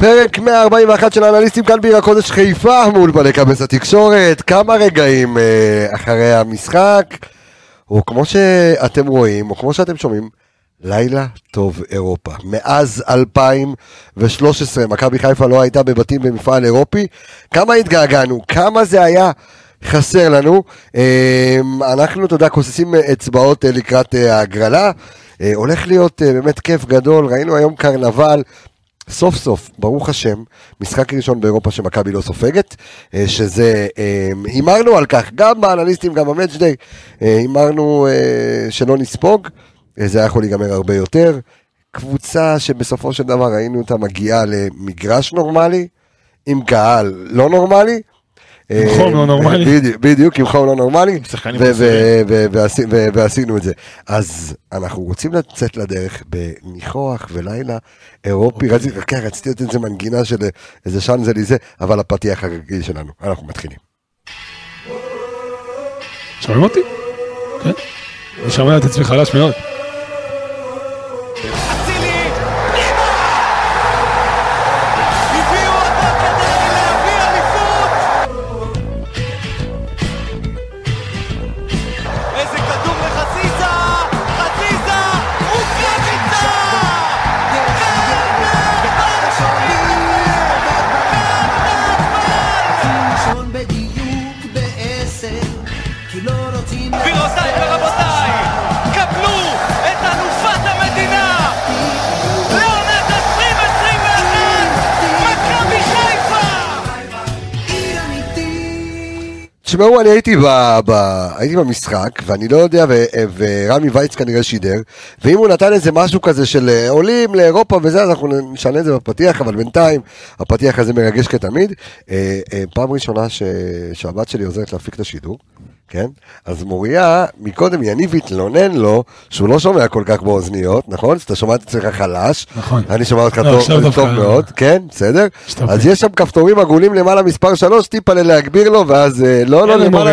פרק 141 של האנליסטים כאן בעיר הקודש חיפה מול בלקבס התקשורת. כמה רגעים אחרי המשחק, או כמו שאתם רואים, או כמו שאתם שומעים, לילה טוב אירופה. מאז 2013 מכבי חיפה לא הייתה בבתים במפעל אירופי. כמה התגעגענו, כמה זה היה חסר לנו. אנחנו, תודה, כוססים אצבעות לקראת ההגרלה. הולך להיות באמת כיף גדול. ראינו היום קרנבל. סוף סוף, ברוך השם, משחק ראשון באירופה שמכבי לא סופגת, שזה, הימרנו על כך, גם באנליסטים, גם במאץ' דיי, הימרנו שלא נספוג, זה היה יכול להיגמר הרבה יותר, קבוצה שבסופו של דבר ראינו אותה מגיעה למגרש נורמלי, עם קהל לא נורמלי, עם חום לא נורמלי. בדיוק, עם חום לא נורמלי, ועשינו את זה. אז אנחנו רוצים לצאת לדרך בניחוח ולילה אירופי, רציתי לתת איזה מנגינה של איזה שאנזליזה, אבל הפתיח הרגיל שלנו, אנחנו מתחילים. שומעים אותי? כן. אני שומע את עצמי חלש מאוד. תשמעו, אני הייתי במשחק, ואני לא יודע, ורמי וייץ כנראה שידר, ואם הוא נתן איזה משהו כזה של עולים לאירופה וזה, אז אנחנו נשנה את זה בפתיח, אבל בינתיים, הפתיח הזה מרגש כתמיד. פעם ראשונה שהבת שלי עוזרת להפיק את השידור, כן? אז מוריה, מקודם יניב התלונן לו, שהוא לא שומע כל כך באוזניות, נכון? אתה שומע את עצמך חלש, נכון. אני שומע אותך טוב מאוד, כן, בסדר? אז יש שם כפתורים עגולים למעלה מספר 3, טיפה להגביר לו, ואז לא,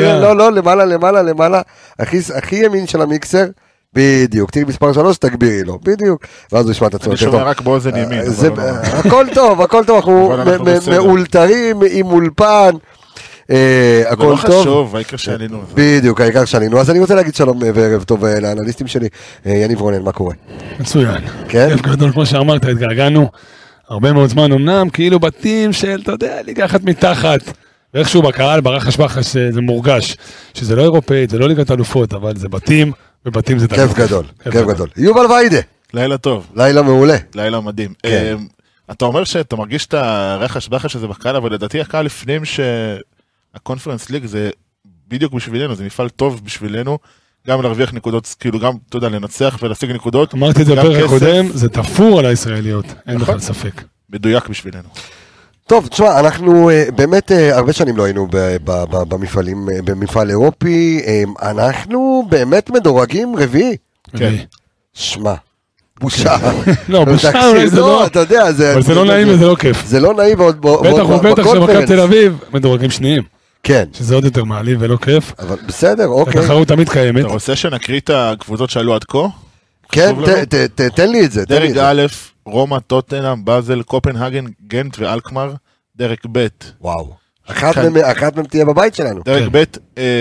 למעלה, הכי ימין של המיקסר, בדיוק, תראי מספר 3, תגבירי לו, בדיוק, ואז הוא ישמע את עצמו. אני שומע רק באוזן ימין. הכל טוב, אנחנו מאולתרים עם אולפן, הכל טוב. זה לא חשוב, העיקר שעלינו. בדיוק, העיקר שעלינו. אז אני רוצה להגיד שלום וערב טוב לאנליסטים שלי. יניב רונן, מה קורה? מצוין. כן? כיף גדול, כמו שאמרת, התגעגענו הרבה מאוד זמן, אמנם כאילו בתים של, אתה יודע, ליגה אחת מתחת, ואיכשהו בקהל, ברחש בחש, זה מורגש, שזה לא אירופאית, זה לא ליגת אלופות, אבל זה בתים, ובתים זה כיף גדול, כיף גדול. יובל ויידה. לילה טוב. לילה מעולה. לילה מדהים. אתה אומר שאתה מרגיש את הרחש בחש הזה בקהל, אבל לדעתי הקהל לפנים הקונפרנס ליג זה בדיוק בשבילנו, זה מפעל טוב בשבילנו, גם להרוויח נקודות, כאילו גם, אתה יודע, לנצח ולהשיג נקודות. אמרתי את זה בפרק הקודם, זה תפור על הישראליות, אין בכלל ספק. מדויק בשבילנו. טוב, תשמע, אנחנו באמת הרבה שנים לא היינו במפעל אירופי, אנחנו באמת מדורגים רביעי. כן. שמע. בושה. לא, בושה אולי זה לא, אתה יודע, אבל זה לא נעים וזה לא כיף. זה לא נעים ועוד בטח שמכבי תל אביב מדורגים שניים. כן. שזה עוד יותר מעליב ולא כיף. אבל בסדר, אוקיי. התחרות תמיד קיימת. אתה רוצה שנקריא את הקבוצות שעלו עד כה? כן, תן לי את זה. דרג א', רומא, טוטנהאם, באזל, קופנהגן, גנט ואלקמר. דרג ב'. וואו. אחת מהם תהיה בבית שלנו. דרג ב',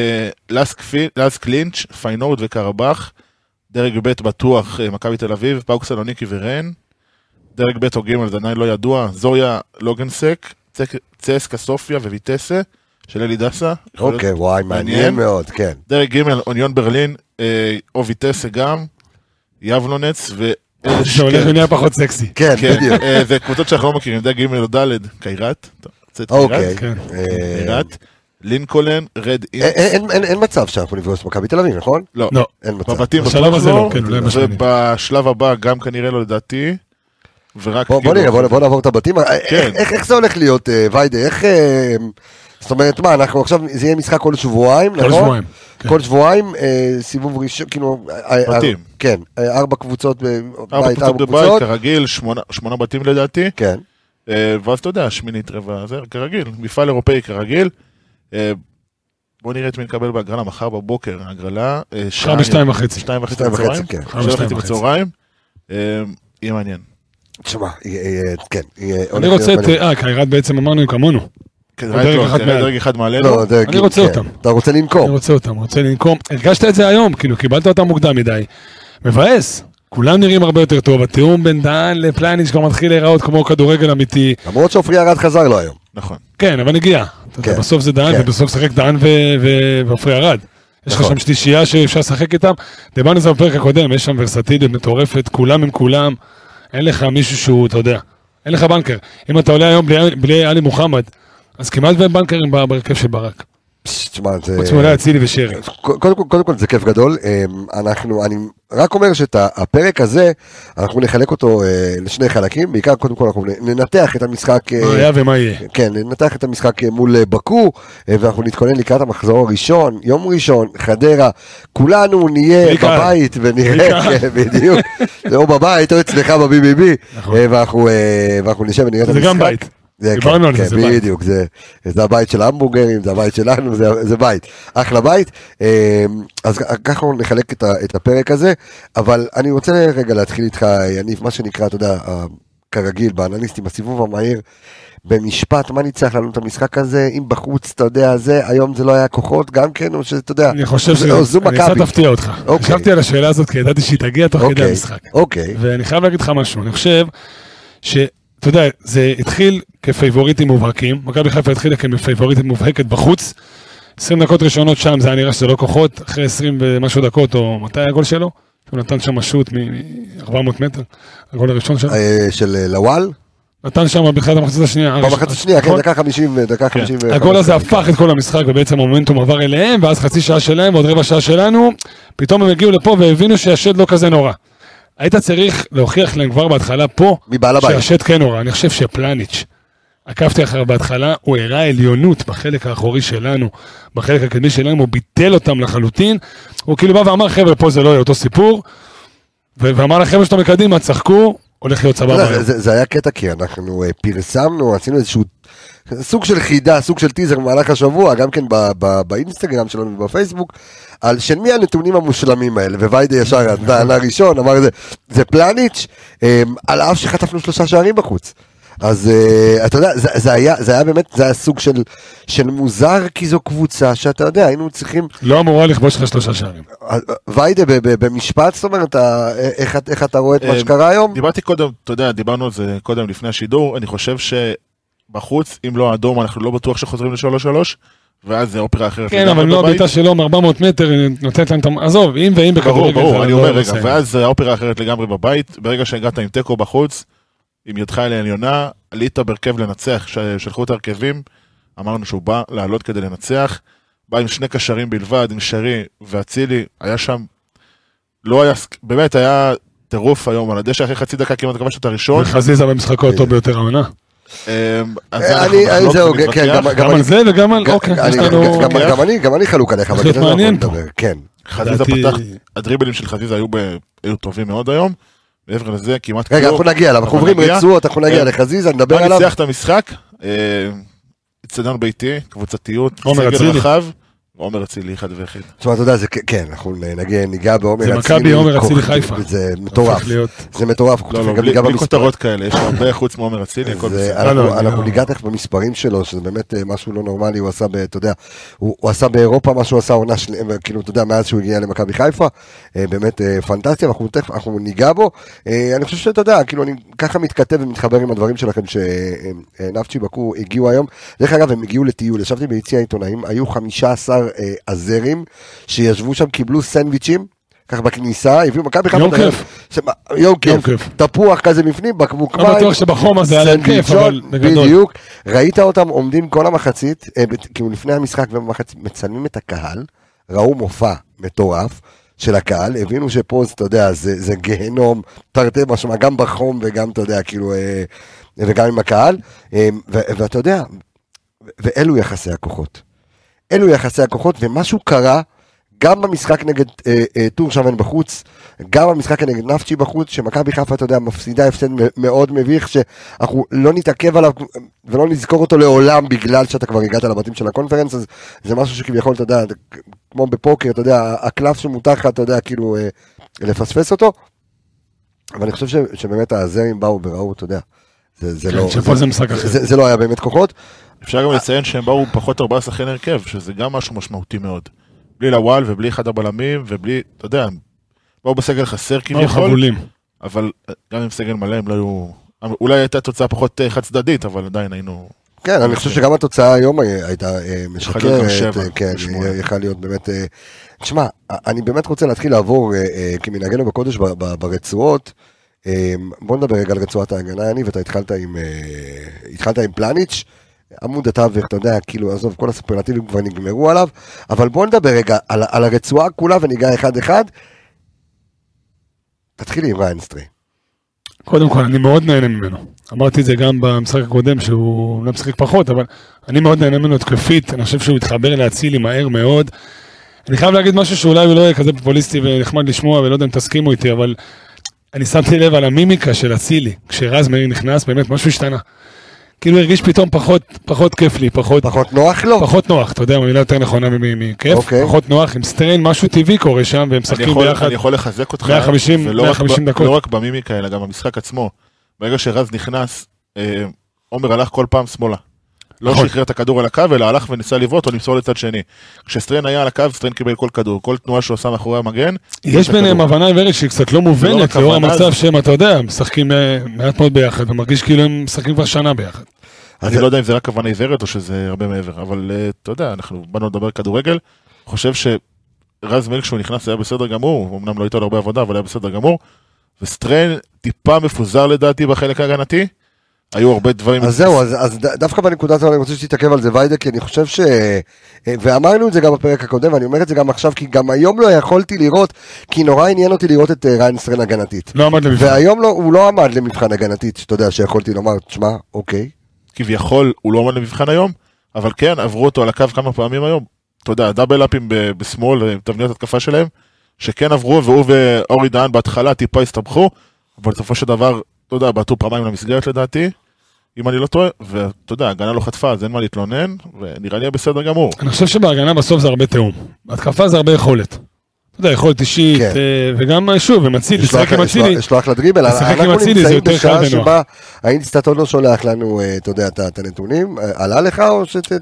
לס קלינץ', פיינורד וקרבח. דרג ב' בטוח, מכבי תל אביב, פאוק סלוניקי ורן. דרג ב' או ג' זה עדיין לא ידוע, זוריה לוגנסק, צסקה סופיה וויטסה, של אלי דסה. אוקיי, וואי, מעניין מאוד, כן. דרג ג' אוניון ברלין, או ויטסה גם, יבלונץ זה הולך ונהיה פחות סקסי. כן, בדיוק. זה קבוצות שאנחנו לא מכירים, דרג ג' או ד' קיירת. אוקיי. קיירת. לינקולן, רד אין מצב שאנחנו נפגוש מכבי תל אביב, נכון? לא. אין מצב. בבתים בשלב הזה לא, כן, ובשלב הבא גם כנראה לא לדעתי. בוא נראה, בוא נעבור את הבתים. איך זה הולך להיות, ויידה? איך... זאת אומרת, מה, אנחנו עכשיו, זה יהיה משחק כל שבועיים, נכון? כל שבועיים. כל שבועיים, סיבוב ראשון, כאילו... בתים. כן, 4 קבוצות בבית, 4 קבוצות בבית, כרגיל, 8 בתים לדעתי. כן. ואז אתה יודע, שמינית רבע, זה כרגיל, מפעל אירופאי כרגיל. בוא נראה את מי נקבל בהגרלה מחר בבוקר, הגרלה. שעה ב-2:30. 2:30 בצהריים. 2:30 בצהריים. יהיה מעניין. תשמע, כן. אני רוצה את, קיירת בעצם אמרנו כמונו. דרג אחד מעלינו. אני רוצה אותם. אתה רוצה לנקום. אני רוצה לנקום. הרגשת את זה היום, כאילו קיבלת אותם מוקדם מדי. מבאס. כולם נראים הרבה יותר טוב, התיאום בין דהן לפלייניץ' כבר מתחיל להיראות כמו כדורגל אמיתי. למרות שעופרי ארד חזר לו היום. נכון. כן, אבל נגיע. בסוף זה דהן, ובסוף שחק דהן ועופרי ארד. יש לך שם שלישייה שאפשר לשחק איתם. דיברנו על זה בפרק הקודם, יש שם ורסטיליות מטורפת, כולם עם כולם. אין לך מישהו שהוא, אתה יודע, אין לך בנקר. אם אתה עולה היום בלי עלי מוחמד, אז כמעט ואין בנקרים בהרכב של ברק. חוץ מעולה אצילי ושרי. קודם כל זה כיף גדול. אני רק אומר שאת הפרק הזה, אנחנו נחלק אותו לשני חלקים. בעיקר קודם כל אנחנו ננתח את המשחק. מה היה ומה יהיה. כן, ננתח את המשחק מול בקו, ואנחנו נתכונן לקראת המחזור הראשון, יום ראשון, חדרה. כולנו נהיה בבית ונראה, בדיוק. או בבית או אצלך ב-BBB. ואנחנו נשב ונראה את המשחק. זה גם בית. דיברנו על זה, זה בית. בדיוק, זה הבית של ההמבורגרים, זה הבית שלנו, זה בית. אחלה בית. אז ככה נחלק את הפרק הזה, אבל אני רוצה רגע להתחיל איתך, יניב, מה שנקרא, אתה יודע, כרגיל, באנליסטים, הסיבוב המהיר, במשפט, מה ניצח לנו את המשחק הזה, אם בחוץ, אתה יודע, היום זה לא היה כוחות, גם כן, או שאתה יודע, אני חושב שאני קצת תפתיע אותך. חשבתי על השאלה הזאת, כי ידעתי שהיא תגיע תוך כדי המשחק. ואני חייב להגיד לך משהו, אני חושב אתה יודע, זה התחיל כפייבוריטים מובהקים, מכבי חיפה התחילה כפייבוריטים מובהקת בחוץ, 20 דקות ראשונות שם, זה היה נראה שזה לא כוחות, אחרי 20 ומשהו דקות, או מתי הגול שלו? הוא נתן שם משוט מ-400 מטר, הגול הראשון שלו. של לוואל? נתן שם בתחילת המחצית השנייה. במחצית השנייה, כן, דקה 50. הגול הזה הפך את כל המשחק, ובעצם המומנטום עבר אליהם, ואז חצי שעה שלהם, ועוד רבע שעה שלנו, פתאום הם הגיעו לפה והבינו שהשד לא כזה נורא. היית צריך להוכיח להם כבר בהתחלה פה, שהשד כן נורא. אני חושב שפלניץ', עקבתי אחר בהתחלה, הוא הראה עליונות בחלק האחורי שלנו, בחלק הקדמי שלנו, הוא ביטל אותם לחלוטין, הוא כאילו בא ואמר, חבר'ה, פה זה לא יהיה אותו סיפור, ואמר לחבר'ה שאתה מקדימה, צחקו, הולך להיות סבבה. זה היה קטע, כי אנחנו פרסמנו, עשינו איזשהו סוג של חידה, סוג של טיזר במהלך השבוע, גם כן באינסטגרם שלנו ובפייסבוק, על של מי הנתונים המושלמים האלה, וויידה ישר ענה ראשון, אמר זה פלניץ', על אף שחטפנו 3 שערים בחוץ. אז אתה יודע, זה היה באמת, זה היה סוג של מוזר, כי זו קבוצה שאתה יודע, היינו צריכים... לא אמורה לכבוש לך 3 שערים. ויידה, במשפט, זאת אומרת, איך אתה רואה את מה שקרה היום? דיברתי קודם, אתה יודע, דיברנו על זה קודם לפני השידור, אני חושב שבחוץ, אם לא אדום, אנחנו לא בטוח שחוזרים ל-3-3, ואז זה אופרה אחרת. כן, אבל לא הביתה שלו מ-400 מטר, נותנת להם, עזוב, אם ואם בכדורגל. ברור, אני אומר רגע, ואז זה האופרה אחרת לגמרי בבית, ברגע שהגעת עם טקו בחוץ, עם ידך אל העליונה, עלית ברכב לנצח, שלחו את הרכבים, אמרנו שהוא בא לעלות כדי לנצח, בא עם 2 קשרים בלבד, עם שרי ואצילי, היה שם, לא היה, באמת היה טירוף היום, על הדשא אחרי חצי דקה כמעט כבש את הראשון. וחזיזה במשחקו הטוב ביותר העונה. גם על זה וגם על, גם אני חלוק עליך, אבל זה מעניין פה. חזיזה פתח, הדריבלים של חזיזה היו טובים מאוד היום, מעבר לזה כמעט רגע, אנחנו נגיע אליו, אנחנו עוברים רצועות, אנחנו נגיע לחזיזה, נדבר עליו. ניצח את המשחק, אצטדיון ביתי, קבוצתיות, סגל רחב, עומר אצילי אחד ואחד. זאת אומרת, אתה יודע, כן, אנחנו ניגע בעומר אצילי. זה מכבי עומר אצילי חיפה. זה מטורף. זה מטורף. בלי כותרות כאלה, יש הרבה חוץ מעומר אצילי. אנחנו ניגע תכף במספרים שלו, שזה באמת משהו לא נורמלי, הוא עשה, אתה יודע, הוא עשה באירופה מה שהוא עשה עונה, כאילו, אתה יודע, מאז שהוא הגיע למכבי חיפה, באמת פנטסטיה, אנחנו ניגע בו. אני חושב שאתה יודע, כאילו, אני ככה מתכתב ומתחבר עם הדברים שלכם שנפצ'י בקו הגיעו היום. דרך אגב, הם הגיעו לטיול, ישבתי ביציע העיתונאים, היו 15 עזרים שישבו שם, קיבלו סנדוויצ'ים, כך בכניסה, הביאו מכבי חיפה. יום כיף. תפוח כזה בפנים, בקבוק מים. לא בטוח שבחום הזה היה להם כיף, אבל בגדול. בדיוק. ראית אותם עומדים כל המחצית, כאילו לפני המשחק ובמחצית, מצלמים את הקהל, ראו מופע מטורף של הקהל, הבינו שפה, אתה יודע, זה גהנום, תרתי משמע, גם בחום וגם, אתה יודע, כאילו, וגם עם הקהל, ואתה יודע, ואלו יחסי הכוחות. אלו יחסי הכוחות, ומשהו קרה גם במשחק נגד טור שמן בחוץ, גם במשחק נגד נפצ'י בחוץ, שמכבי חיפה, אתה יודע, מפסידה הפסד מאוד מביך, שאנחנו לא נתעכב עליו ולא נזכור אותו לעולם, בגלל שאתה כבר הגעת לבתים של הקונפרנס, אז זה משהו שכביכול, אתה יודע, כמו בפוקר, אתה יודע, הקלף שמותח, אתה יודע, כאילו, לפספס אותו. אבל אני חושב שבאמת הזרים באו וראו, אתה יודע, זה לא היה באמת כוחות. אפשר גם לציין שהם באו פחות 4 שחקני הרכב, שזה גם משהו משמעותי מאוד. בלי לוואל ובלי אחד הבלמים, ובלי, אתה יודע, באו בסגל חסר כביכול, אבל גם עם סגל מלא הם לא היו, אולי הייתה תוצאה פחות חד צדדית, אבל עדיין היינו... כן, אני חושב שגם התוצאה היום הייתה משקרת, כן, יכולה להיות באמת... תשמע, אני באמת רוצה להתחיל לעבור, כמנהגנו בקודש ברצועות, בוא נדבר רגע על רצועת ההגנה, יניב, ואתה התחלת עם פלניץ', עמוד התווך, אתה יודע, כאילו, עזוב, כל הסופרלטיבים כבר נגמרו עליו, אבל בוא נדבר רגע על הרצועה כולה וניגע אחד-אחד. תתחילי עם ריין סטריין. קודם כל, אני מאוד נהנה ממנו. אמרתי את זה גם במשחק הקודם, שהוא לא משחק פחות, אבל אני מאוד נהנה ממנו תקפית, אני חושב שהוא התחבר להצילי מהר מאוד. אני חייב להגיד משהו שאולי הוא לא יהיה כזה פופוליסטי ונחמד לשמוע, ולא יודע אם תסכימו איתי, אבל אני שמתי לב על המימיקה של אצילי, כשרז מאיר נכנס, באמת משהו השתנה. כאילו הרגיש פתאום פחות כיף לי, פחות נוח לו? פחות נוח, אתה יודע, המילה יותר נכונה מכיף, פחות נוח, עם סטריין, משהו טבעי קורה שם, והם משחקים ביחד. אני יכול לחזק אותך, 150 דקות. לא רק במימיקה, אלא גם במשחק עצמו. ברגע שרז נכנס, עומר הלך כל פעם שמאלה. לא שחרר את הכדור על הקו, אלא הלך וניסה לבעוט או למסור לצד שני. כשסטריין היה על הקו, סטריין קיבל כל כדור, כל תנועה שהוא עשה מאחורי המגן. יש ביניהם הבנה עברית שהיא קצת לא מובנת, לאור המצב שהם, אתה יודע, משחקים מעט מאוד ביחד, ומרגיש כאילו הם משחקים כבר שנה ביחד. אני לא יודע אם זה רק הבנה עיוורת או שזה הרבה מעבר, אבל אתה יודע, אנחנו באנו לדבר כדורגל, חושב שרז מאיר כשהוא נכנס היה בסדר גמור, הוא אמנם לא הייתה לו הרבה עבודה, אבל היה בסדר גמור, וסטריין טיפה מפוזר לדעתי בחלק ההגנתי, היו הרבה דברים... אז זהו, אז דווקא בנקודה הזאת אני רוצה שתתעכב על זה ויידה, כי אני חושב ואמרנו את זה גם בפרק הקודם, ואני אומר את זה גם עכשיו, כי גם היום לא יכולתי לראות, כי נורא עניין אותי לראות את ריין סטריין הגנתית. לא עמד למבחן. והיום הוא לא עמד למבחן הגנתית, שאתה יודע שיכולתי לומר, תשמע, אוקיי. כביכול הוא לא עמד למבחן היום, אבל כן, עברו אותו על הקו כמה פעמים היום. אתה יודע, דאבל אפים בשמאל, תבניות התקפה שלהם, שכן עברו, והוא ואורי דהן בהתחלה טיפה הסתבכו, אבל בסופו של דבר, אתה יודע, בעטו פעמיים למסגרת לדעתי, אם אני לא טועה, ואתה יודע, הגנה לא חטפה, אז אין מה להתלונן, ונראה לי בסדר גמור. אני חושב שבהגנה בסוף זה הרבה תיאום. בהתקפה זה הרבה יכולת. אתה יודע, יכולת אישית, וגם שוב, ומצילי, לשחק עם מצילי. יש לו אחלה דריבל, אנחנו נמצאים בשעה שבה האינסטאט עוד לא שולח לנו, אתה יודע, את הנתונים, עלה לך או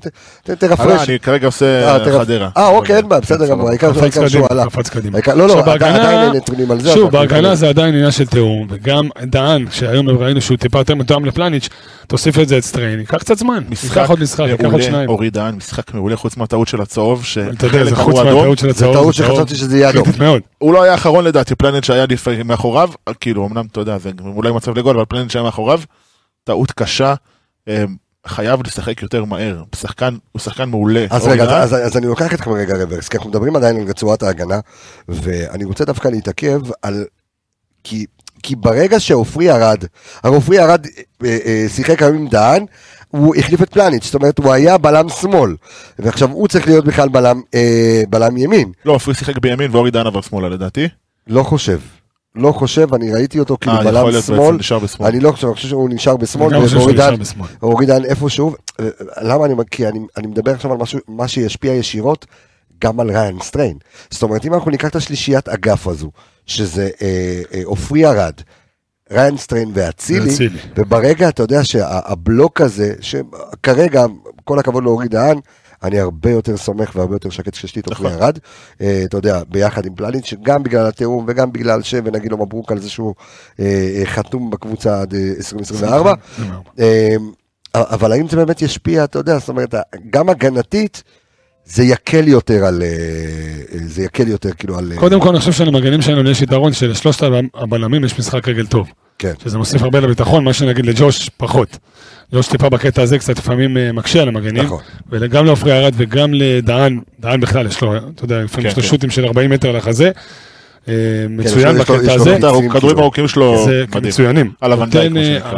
שתרפרש? אני כרגע עושה חדרה. אוקיי, אין בה, בסדר גמור, העיקר שהוא עלה. קפץ קדימה. לא, עדיין אין נתונים על זה. שוב, בהגנה זה עדיין עניין של תיאום, וגם דהן, שהיום ראינו שהוא טיפה יותר מתואם לפלניץ', תוסיף את זה את סטריין, ייקח קצת זמן, ייקח עוד משחק, ייקח עוד שניים. אורי דהן, משחק מעולה חוץ מהטעות של הצהוב, אתה יודע, זה חוץ מהטעות של הצהוב. זה טעות שחשבתי שזה יהיה אדום. הוא לא היה האחרון לדעתי, פלנט שהיה מאחוריו, כאילו אמנם אתה יודע, זה אולי מצב לגול, אבל פלנט שהיה מאחוריו, טעות קשה, חייב לשחק יותר מהר, הוא שחקן מעולה. אז רגע, אז אני לוקח אתכם רגע רוורס, כי אנחנו מדברים עדיין על רצועת ההגנה, ואני רוצה דווקא להתעכב על, כי ברגע שאופרי ירד, הרי אופרי ירד שיחק היום עם דהן, הוא החליף את פלניץ', זאת אומרת, הוא היה בלם שמאל, ועכשיו הוא צריך להיות בכלל בלם ימין. לא, אופרי שיחק בימין ואורי דהן עבר שמאלה לדעתי. לא חושב, אני ראיתי אותו כאילו בלם שמאל, אני לא חושב, אני חושב שהוא נשאר בשמאל, ואורי דהן איפשהו, למה אני מדבר עכשיו על מה שישפיע ישירות, גם על ריין סטריין. זאת אומרת, אם אנחנו ניקח את השלישיית אגף הזו, שזה אופרי ירד, ריין סטריין ואצילי, וברגע אתה יודע שהבלוק הזה, שכרגע כל הכבוד להוריד דהן, אני הרבה יותר סומך והרבה יותר שקט כששתית אופרי ירד, אתה יודע, ביחד עם פלניץ', שגם בגלל התיאום וגם בגלל ונגיד לו מברוק על זה שהוא חתום בקבוצה עד 2024, אבל האם זה באמת ישפיע, אתה יודע, זאת אומרת, גם הגנתית, זה יקל יותר כאילו על... קודם כל אני חושב שלמגנים שלנו יש יתרון שלשלושת הבלמים יש משחק רגל טוב. כן. שזה מוסיף הרבה לביטחון, מה שנגיד לג'וש פחות. ג'וש טיפה בקטע הזה קצת לפעמים מקשה על המגנים. נכון. וגם לאופרי ירד וגם לדהן, דהן בכלל יש לו, אתה יודע, לפעמים יש לו שוטים של 40 מטר לחזה. מצוין בקטע הזה. כדורים ארוכים שלו מדהים. מצוינים. על הוונדייק.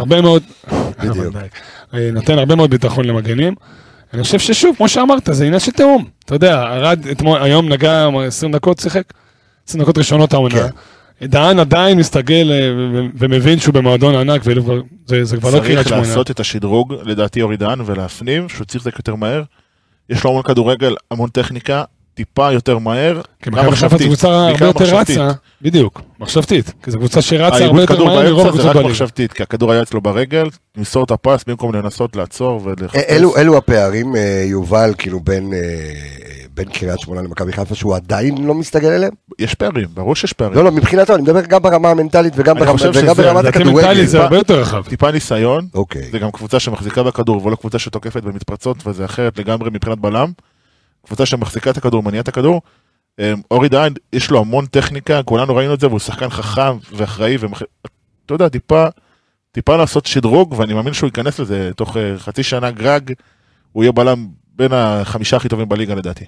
נותן הרבה מאוד ביטחון למגנים. אני חושב ששוב, כמו שאמרת, זה עניין של תאום. אתה יודע, ארד היום נגע 20 דקות שיחק, 20 דקות ראשונות העונה. דהן עדיין מסתגל ומבין שהוא במועדון ענק, וזה כבר לא קריית שמונה. צריך לעשות את השדרוג, לדעתי אורי דהן, ולהפנים, שהוא צריך לזה יותר מהר. יש לו המון כדורגל, המון טכניקה, טיפה יותר מהר, כי מכבי חיפה זו קבוצה הרבה יותר רצה, בדיוק, מחשבתית, כי זו קבוצה שרצה הרבה יותר מהר מרוב הקבוצות בליגה. מחשבתית, כי הכדור היה אצלו ברגל, למסור את הפס במקום לנסות לעצור ולחפש. אלו הפערים, יובל, כאילו בין קריית שמונה למכבי חיפה, שהוא עדיין לא מסתגל אליהם? יש פערים, ברור שיש פערים. לא, מבחינתו, אני מדבר גם ברמה המנטלית וגם ברמת הכדורגל. זה הרבה יותר רחב. טיפה ניסיון, אוקיי. זה גם קבוצה שמחזיקה בכדור, ולא קבוצה שתוקפת במתפרצות, וזה אחרת לגמרי מבחינת בלם. קבוצה שמחזיקה את הכדור, מניעה את הכדור. אורי דהן, יש לו המון טכניקה, כולנו ראינו את זה, והוא שחקן חכם ואחראי, אתה יודע, טיפה לעשות שדרוג, ואני מאמין שהוא ייכנס לזה תוך חצי שנה גרג, הוא יהיה בלם בין 5 הכי טובים בליגה לדעתי.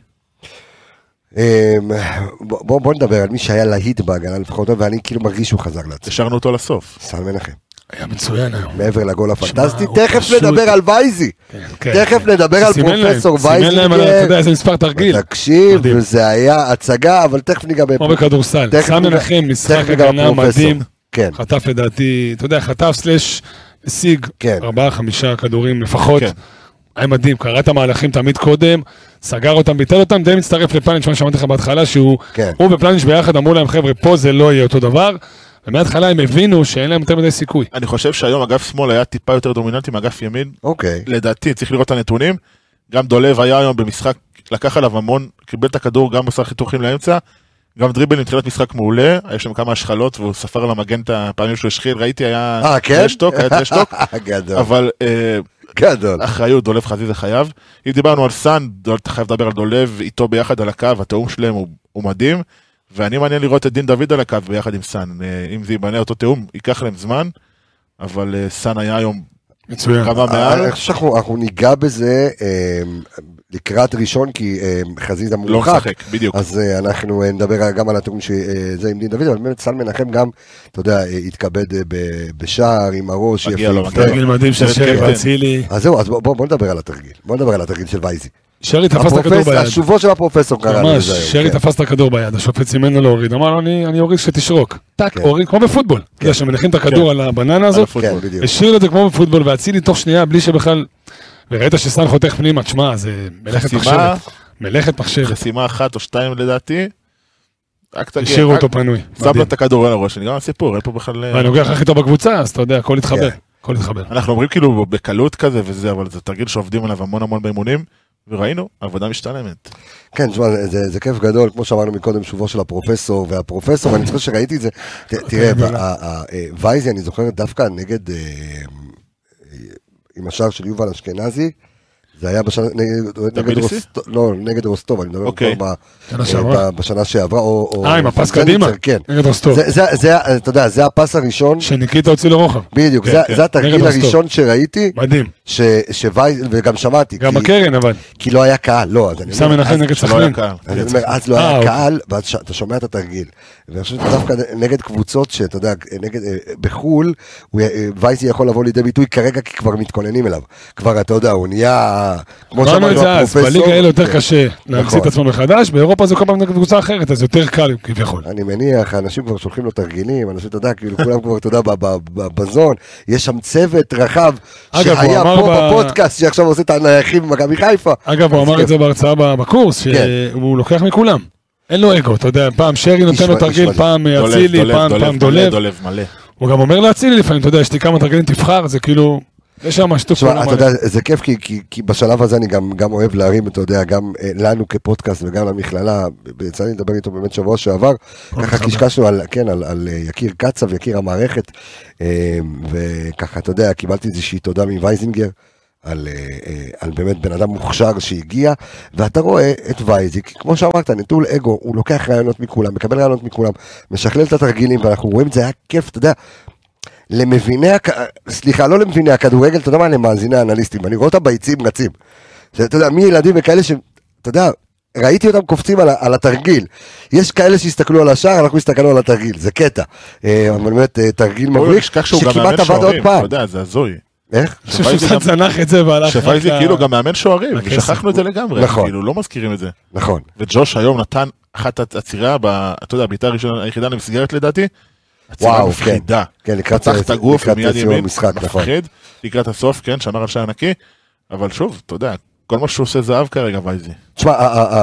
בוא נדבר על מי שהיה להיט בהגנה לפחות, ואני כאילו מרגיש שהוא חזר לעצמו. השארנו אותו לסוף. סן מנחם. היה מצוין היום. מעבר לגול הפנטסטי, תכף נדבר על וייזי. תכף נדבר על פרופסור סימן להם, אתה יודע איזה מספר תרגיל. תקשיב, זה היה הצגה, אבל תכף ניגע כמו בכדורסל. סן מנחם, משחק הגנה מדהים. חטף לדעתי, אתה יודע, חטף סלש השיג 4-5 כדורים לפחות. היה מדהים, קרא את המהלכים תמיד קודם, סגר אותם, ביטל אותם, די מצטרף לפלניץ', מה שאמרתי לך בהתחלה, שהוא ופלניץ' ביחד אמרו להם, חבר'ה, פה זה לא יהיה אותו דבר, ומההתחלה הם הבינו שאין להם יותר מדי סיכוי. אני חושב שהיום אגף שמאל היה טיפה יותר דומיננטי מאגף ימין. לדעתי, צריך לראות את הנתונים. גם דולב היה היום במשחק, לקח עליו המון, קיבל את הכדור, גם עושה חיתוכים לאמצע, גם דריבל נתחילת משחק מעולה, היה שם כמה השחלות, והוא ספר על המגן את הפעמים שהוא השחיל, ראיתי, היה טרשטוק, אבל אחריות, דולב חזיזה חייב. אם דיברנו על סן, אתה חייב לדבר על דולב, איתו ביחד על הקו, התאום שלהם הוא מדהים, ואני מעניין לראות את דין דוד על הקו ביחד עם סן, אם זה ייבנה אותו תאום, ייקח להם זמן, אבל סן היה היום כמה מעל. אני חושב שאנחנו ניגע בזה לקראת ראשון, כי חזיזה מורחק. לא משחק, בדיוק. אז אנחנו נדבר גם על התאום שזה עם דין דוד, אבל באמת סן מנחם גם, אתה יודע, התכבד בשער עם הראש. מגיע לו, תרגיל מדהים של שרי ואצילי. אז זהו, אז בוא נדבר על התרגיל. בוא נדבר על התרגיל של וייזי. שרי תפס את הכדור ביד. השובו של הפרופסור קרא ממש, שרי תפס את הכדור ביד, השופט סימן לו להוריד, אמר לו, אני אוריד שתשרוק. טק, אוריד, כמו בפוטבול. אתה יודע, שמניחים את הכדור על הבננה הזאת, השאיר את זה כמו בפוטבול, והצילי תוך שנייה, בלי שבכלל, וראית שסן חותך פנימה, תשמע, זה מלאכת מחשבת. מלאכת מחשבת. חסימה 1 או 2 לדעתי. השאירו אותו פנוי. שם לו את הכדור על הראש, אני גם הסיפור, אין פה בכלל... ואני לוקח הכי טוב בקבוצה, אז אתה יודע, הכל יתחבר. אנחנו אומרים כאילו בקלות כזה וזה, אבל זה תרגיל שעובדים עליו המון באימונים. וראינו, עבודה משתלמת. כן, תשמע, זה כיף גדול, כמו שאמרנו מקודם, שובו של הפרופסור, והפרופסור, אני זוכר שראיתי את זה, תראה, וייזי, אני זוכר דווקא נגד, עם השער של יובל אשכנזי, זה היה נגד רוסטוב, אני מדבר בשנה שעברה, עם הפס קדימה, נגד רוסטוב. אתה יודע, זה הפס הראשון. שניקיטה הוציא לרוחב. בדיוק, זה התרגיל הראשון שראיתי. מדהים. וגם שמעתי. גם הקרן, אבל. כי לא היה קהל, לא. סן מנחם נגד סכנין. אז לא היה קהל, ואתה שומע את התרגיל. ואני חושב שדווקא נגד קבוצות שאתה יודע, בחול, וייזי יכול לבוא לידי ביטוי כרגע, כי כבר מתכוננים אליו. כבר, אתה יודע, הוא נהיה... כמו שאמרנו הפרופסור. בליגה האלה יותר קשה להמציא את עצמו מחדש, באירופה זה כל פעם נגד קבוצה אחרת, אז יותר קל כביכול. אני מניח, האנשים כבר שולחים לו תרגילים, אנשים, אתה יודע, כאילו כולם כבר, אתה יודע, בזון, יש שם צוות רחב, שהיה פה בפודקאסט, שעכשיו עושה את הנייחים במכבי חיפה. אגב, הוא אמר את זה בהרצאה בקורס, שהוא לוקח מכולם. אין לו אגו, אתה יודע, פעם שרי נותן לו תרגיל, פעם אצילי, פעם דולב. הוא גם אומר לאצילי לפעמים, אתה יודע, יש לי כמה תרגילים תבחר, זה כאילו... יש שם משתוף פעולה. אתה יודע, זה כיף, כי בשלב הזה אני גם אוהב להרים, אתה יודע, גם לנו כפודקאסט וגם למכללה, יצא לי לדבר איתו באמת שבוע שעבר, ככה קשקשנו על יקיר קצב, יקיר המערכת, וככה, אתה יודע, קיבלתי איזושהי תודה מווייזינגר, על באמת בן אדם מוכשר שהגיע, ואתה רואה את וייזי, כמו שאמרת, נטול אגו, הוא לוקח רעיונות מכולם, מקבל רעיונות מכולם, משכלל את התרגילים, ואנחנו רואים את זה, היה כיף, אתה יודע, לא למביני הכדורגל, אתה יודע מה, למאזיני האנליסטים, אני רואה אותם ביציעים רצים, אתה יודע, מי ילדים וכאלה אתה יודע, ראיתי אותם קופצים על התרגיל, יש כאלה שהסתכלו על השער, אנחנו הסתכלנו על התרגיל, זה קטע, אבל באמת תרגיל מבריק, שכמעט עבד עוד פעם. אתה יודע, זה הזוי. איך? שפשוט זנח את זה והלך... שפייזי כאילו גם מאמן שוערים, ושכחנו את זה לגמרי, כאילו לא מזכירים את זה. נכון. וג'וש היום נתן אחת הצירה, אתה יודע, הביתה היחידה למסגרת לדעתי, וואו, מפחידה. כן, לקראת סיום המשחק, נכון. מפחיד, לקראת הסוף, כן, שמר על שער נקי, אבל שוב, אתה יודע, כל מה שהוא עושה זהב כרגע, וייזי. תשמע,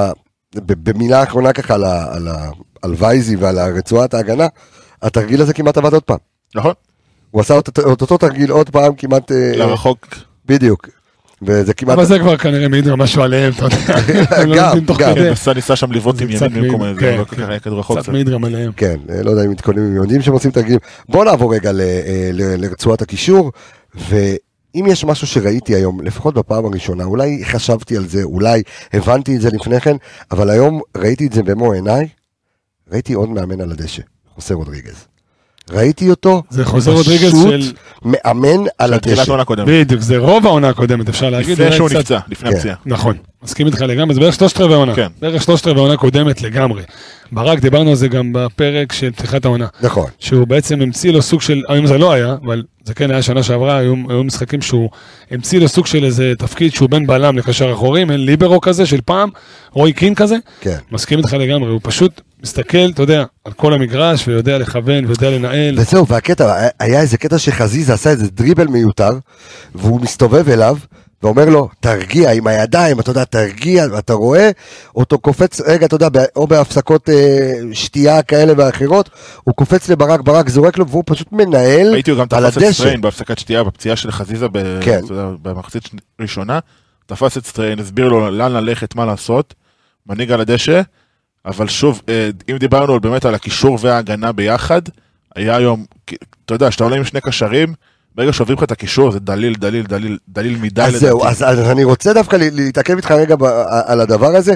במילה האחרונה ככה על וייזי ועל רצועת ההגנה, התרגיל הזה כמעט עבד עוד פעם. נכון. הוא עשה את אותו תרגיל עוד פעם כמעט... לרחוק. בדיוק. וזה כמעט... אבל זה כבר כנראה מעיד משהו עליהם, אתה יודע. גם. נסה ניסה שם לבעוט עם ימין במקום הזה, לא כל כך היה כדור רחוק. קצת מעיד גם עליהם. כן, לא יודע אם מתכוננים, יודעים שהם עושים תרגילים. בואו נעבור רגע לרצועת הקישור, ואם יש משהו שראיתי היום, לפחות בפעם הראשונה, אולי חשבתי על זה, אולי הבנתי את זה לפני כן, אבל היום ראיתי את זה במו עיניי, ראיתי עוד מאמן על הדשא, חוסה רודריגז. ראיתי אותו, זה חוסה רודריגז של... מאמן על הדשא. בדיוק, זה רוב העונה הקודמת, אפשר להגיד. לפני שהוא נפצע, לפני הפציעה. נכון, מסכים איתך לגמרי, זה בערך 3/4 העונה. בערך 3/4 העונה קודמת לגמרי. ברק, דיברנו על זה גם בפרק של פתיחת העונה. נכון. שהוא בעצם המציא לו סוג של, היום זה לא היה, אבל זה כן היה שנה שעברה, היו משחקים שהוא המציא לו סוג של איזה תפקיד שהוא בין בלם לקשר אחורי, אין ליברו כזה של פעם, רוי קין כזה. כן. מסכים איתך לגמרי, הוא פשוט מסתכל, אתה יודע, על כל המגרש, ויודע לכוון, ויודע לנהל. וזהו, והקטע, היה איזה קטע שחזיזה עשה איזה דריבל מיותר, והוא מסתובב אליו, ואומר לו, תרגיע עם הידיים, אתה יודע, תרגיע, ואתה רואה אותו קופץ, רגע, אתה יודע, או בהפסקות שתייה כאלה ואחרות, הוא קופץ לברק, ברק זורק לו, והוא פשוט מנהל על הדשא. ראיתי הוא גם תפס את סטריין בהפסקת שתייה, בפציעה של חזיזה במחצית ראשונה, תפס את סטריין, הסביר לו לאן ללכת, מה לעשות, מנהיג על הדשא, אבל שוב, אם דיברנו באמת על הקישור וההגנה ביחד, היה היום, אתה יודע, שאתה עולה עם שני קשרים, ברגע שעוברים לך את הקישור, זה דליל מדי לדעתי. אז זהו, אז אני רוצה דווקא להתעכב איתך רגע על הדבר הזה,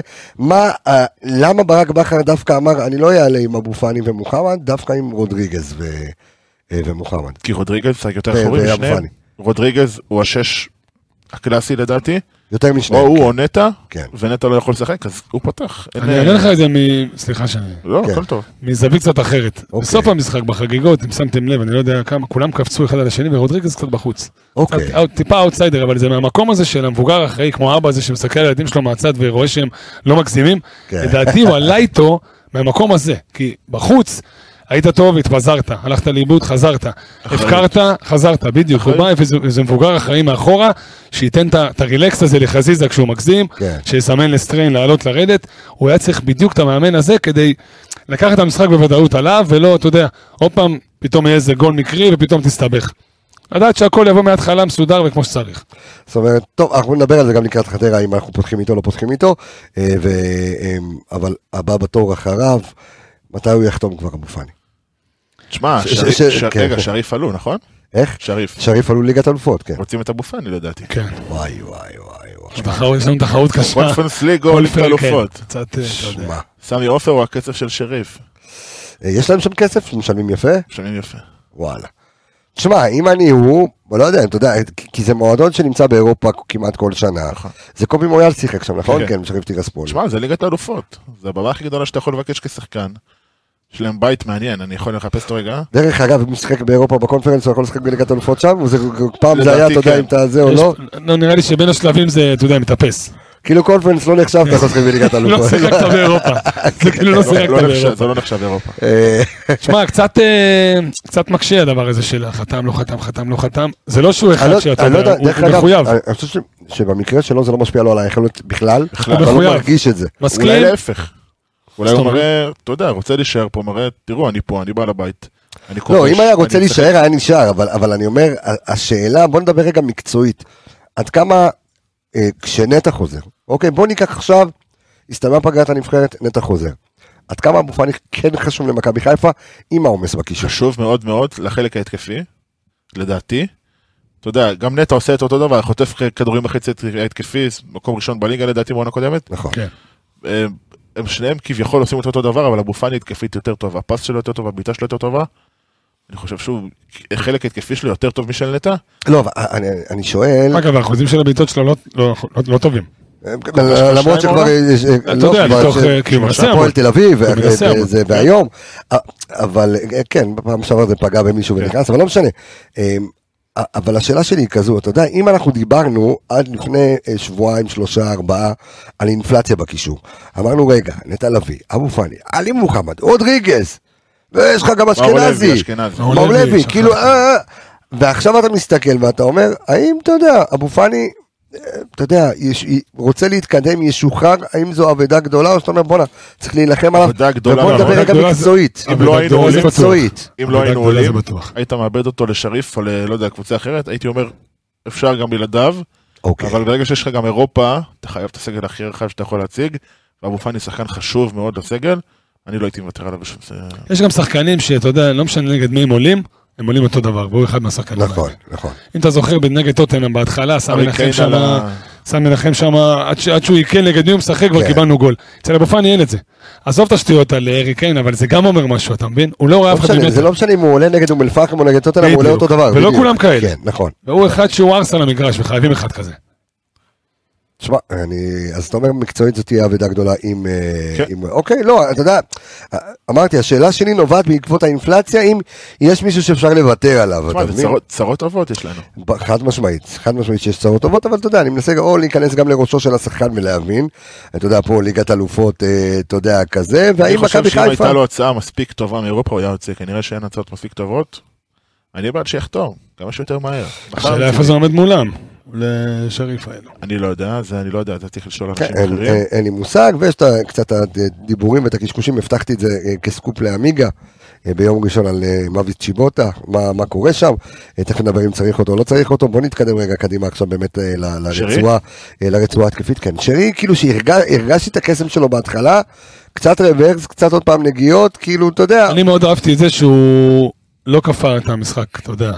למה ברק בכר דווקא אמר, אני לא אעלה עם אבו פאני ומוחמד, דווקא עם רודריגז ומוחמד. כי רודריגז צריך יותר אחורי משניהם. רודריגז הוא השש הקלאסי לדעתי. יותר משניהם. או הוא או נטע, ונטע לא יכול לשחק, אז הוא פתח. אני אראה לך את זה סליחה שאני... לא, הכל טוב. מזווית קצת אחרת. בסוף המשחק בחגיגות, אם שמתם לב, אני לא יודע כמה, כולם קפצו אחד על השני, ורודריגז קצת בחוץ. טיפה אאוטסיידר, אבל זה מהמקום הזה של המבוגר אחראי, כמו אבא הזה שמסתכל על הילדים שלו מהצד, ורואה שהם לא מגזימים. לדעתי הוא עלה איתו מהמקום הזה, כי בחוץ היית טוב, התפזרת, הלכת לאיבוד, חזרת, הפקרת, חזרת, בדיוק, הוא בא איזה מבוגר אחראי מאחורה, שייתן את הרילקס הזה לחזיזה כשהוא מגזים, שיסמן לסטריין לעלות לרדת, הוא היה צריך בדיוק את המאמן הזה, כדי לקחת את המשחק בוודאות עליו, ולא, אתה יודע, עוד פעם, פתאום יהיה איזה גול מקרי, ופתאום תסתבך. לדעת שהכל יבוא מההתחלה מסודר וכמו שצריך. זאת אומרת, טוב, אנחנו נדבר על זה גם לקראת חדרה, אם אנחנו פותחים איתו או לא פותחים איתו, אבל הבא בתור אחריו, מתי הוא יחתום כבר אבו פאני? תשמע, רגע, שריף עלו, נכון? איך? שריף עלו ליגת אלופות, כן. רוצים את אבו פאני, לדעתי. כן. וואי. יש לנו תחרות קשה. קונפרנס ליג או ליגת אלופות. שמע. סמי עופר הוא הקצב של שריף. יש להם שם כסף? משלמים יפה? משלמים יפה. וואלה. תשמע, אם אני לא יודע, אתה יודע, כי זה מועדון שנמצא באירופה כמעט כל שנה. זה קובי מויאל שיחק שם, נכון? כן, שריף טירספול. תשמע, זה ליגת אלופות. זה הבמה הכי גדולה שאתה יכול לבקש כשחקן. יש להם בית מעניין, אני יכול לחפש אותו רגע. דרך אגב, אם משחק באירופה בקונפרנס, הוא יכול לשחק בליגת אלופות שם, פעם זה היה, אתה יודע, אם אתה זה או לא. לא, נראה לי שבין השלבים זה, אתה יודע, מתאפס. כאילו קונפרנס לא נחשב, אתה יכול לשחק בליגת אלופות. לא שיחקת באירופה. זה כאילו לא שיחקת באירופה. זה לא נחשב באירופה. תשמע, קצת מקשה הדבר הזה של חתם, לא חתם, חתם, לא חתם. זה לא שהוא אחד שאתה יודע, הוא מחויב. אני חושב שבמקרה שלו זה לא משפיע לו על היכולת בכלל, הוא לא מרגיש את זה. אולי להפך. אולי הוא מראה, אתה יודע, רוצה להישאר פה, מראה, תראו, אני פה, אני בא לבית. לא, אם היה רוצה להישאר, היה נשאר, אבל אני אומר, השאלה, בוא נדבר רגע מקצועית, עד כמה כשנטע חוזר, אוקיי, בוא ניקח עכשיו, הסתיימה פגרת הנבחרת, נטע חוזר. עד כמה אבו פאני כן חשוב למכבי חיפה, עם העומס בקישור. חשוב מאוד מאוד לחלק ההתקפי, לדעתי. אתה יודע, גם נטע עושה את אותו דבר, חוטף כדורים בחצי ההתקפי, מקום ראשון בליגה לדעתי בעונה קודמת. נכון. הם שניהם כביכול עושים אותו דבר, אבל אבו פאני התקפית יותר טובה, הפס שלו יותר טובה, הביטה שלו יותר טובה. אני חושב שהוא, חלק התקפי שלו יותר טוב משל נטע. לא, אני שואל... אגב, האחוזים של הביטות שלו לא טובים. למרות שכבר... אתה יודע, לתוך הפועל תל אביב, והיום, אבל כן, בפעם שעברה זה פגע במישהו ונכנס, אבל לא משנה. אבל השאלה שלי היא כזו, אתה יודע, אם אנחנו דיברנו עד לפני שבועיים, 3, 4, על אינפלציה בקישור, אמרנו רגע, נטע לביא, אבו פאני, עלי מוחמד, רודריגז, ויש לך גם אשכנזי, מאור לוי, כאילו, ועכשיו אתה מסתכל ואתה אומר, האם אתה יודע, אבו פאני אתה יודע, רוצה להתקדם, ישוחרר, האם זו עבודה גדולה, או שאתה אומר, בוא'נה, צריך להילחם עליו, ובוא נדבר רגע מקצועית. אם לא היינו עולים, בטוח. היית מאבד אותו לשריף, או לא יודע, קבוצה אחרת, הייתי אומר, אפשר גם בלעדיו, אבל ברגע שיש לך גם אירופה, אתה חייב את הסגל הכי רחב שאתה יכול להציג, ואבו פאני שחקן חשוב מאוד לסגל, אני לא הייתי מוותר עליו בשום זה. יש גם שחקנים שאתה יודע, לא משנה נגד מי הם עולים אותו דבר, והוא אחד מהשחקנים. נכון. אם אתה זוכר נגד טוטנהאם בהתחלה, שם מנחם שם, עד שהוא יקל נגד מי הוא משחק, כבר קיבלנו גול. אצל אבו פאני אין את זה. עזוב את השטויות על ארי קיין, אבל זה גם אומר משהו, אתה מבין? הוא לא רואה אף אחד ממטר. זה לא משנה אם הוא עולה נגד אום אל-פחם או נגד טוטנהאם, הוא עולה אותו דבר. ולא כולם כאלה. כן, נכון. והוא אחד שהוא ארס על המגרש, וחייבים אחד כזה. תשמע, אז אתה אומר מקצועית זאת תהיה עבודה גדולה עם... אוקיי, לא, אתה יודע, אמרתי, השאלה שלי נובעת בעקבות האינפלציה, אם יש מישהו שאפשר לוותר עליו. תשמע, צרות טובות יש לנו. חד משמעית שיש צרות טובות, אבל אתה יודע, אני מנסה או להיכנס גם לראשו של השחקן ולהבין, אתה יודע, פה ליגת אלופות, אתה יודע, כזה, והאם מכבי חיפה... אני חושב שאם הייתה לו הצעה מספיק טובה מאירופה, הוא היה יוצא, כנראה שאין הצעות מספיק טובות, אני בעד שיחתום, כמה שיותר מהר. השאלה איפה זה עומד מולם. לשריף האלו. אני לא יודע, אתה צריך לשאול אנשים אחרים. אין לי מושג, ויש קצת הדיבורים ואת הקשקושים, הבטחתי את זה כסקופ לאמיגה, ביום ראשון על מוות צ'יבוטה, מה קורה שם, תכף נדבר אם צריך אותו או לא צריך אותו, בוא נתקדם רגע קדימה עכשיו באמת לרצועה התקפית, כן, שרי כאילו שהרגשתי את הקסם שלו בהתחלה, קצת רוורס, קצת עוד פעם נגיעות, כאילו, אתה יודע. אני מאוד אהבתי את זה שהוא לא כפה את המשחק, אתה יודע,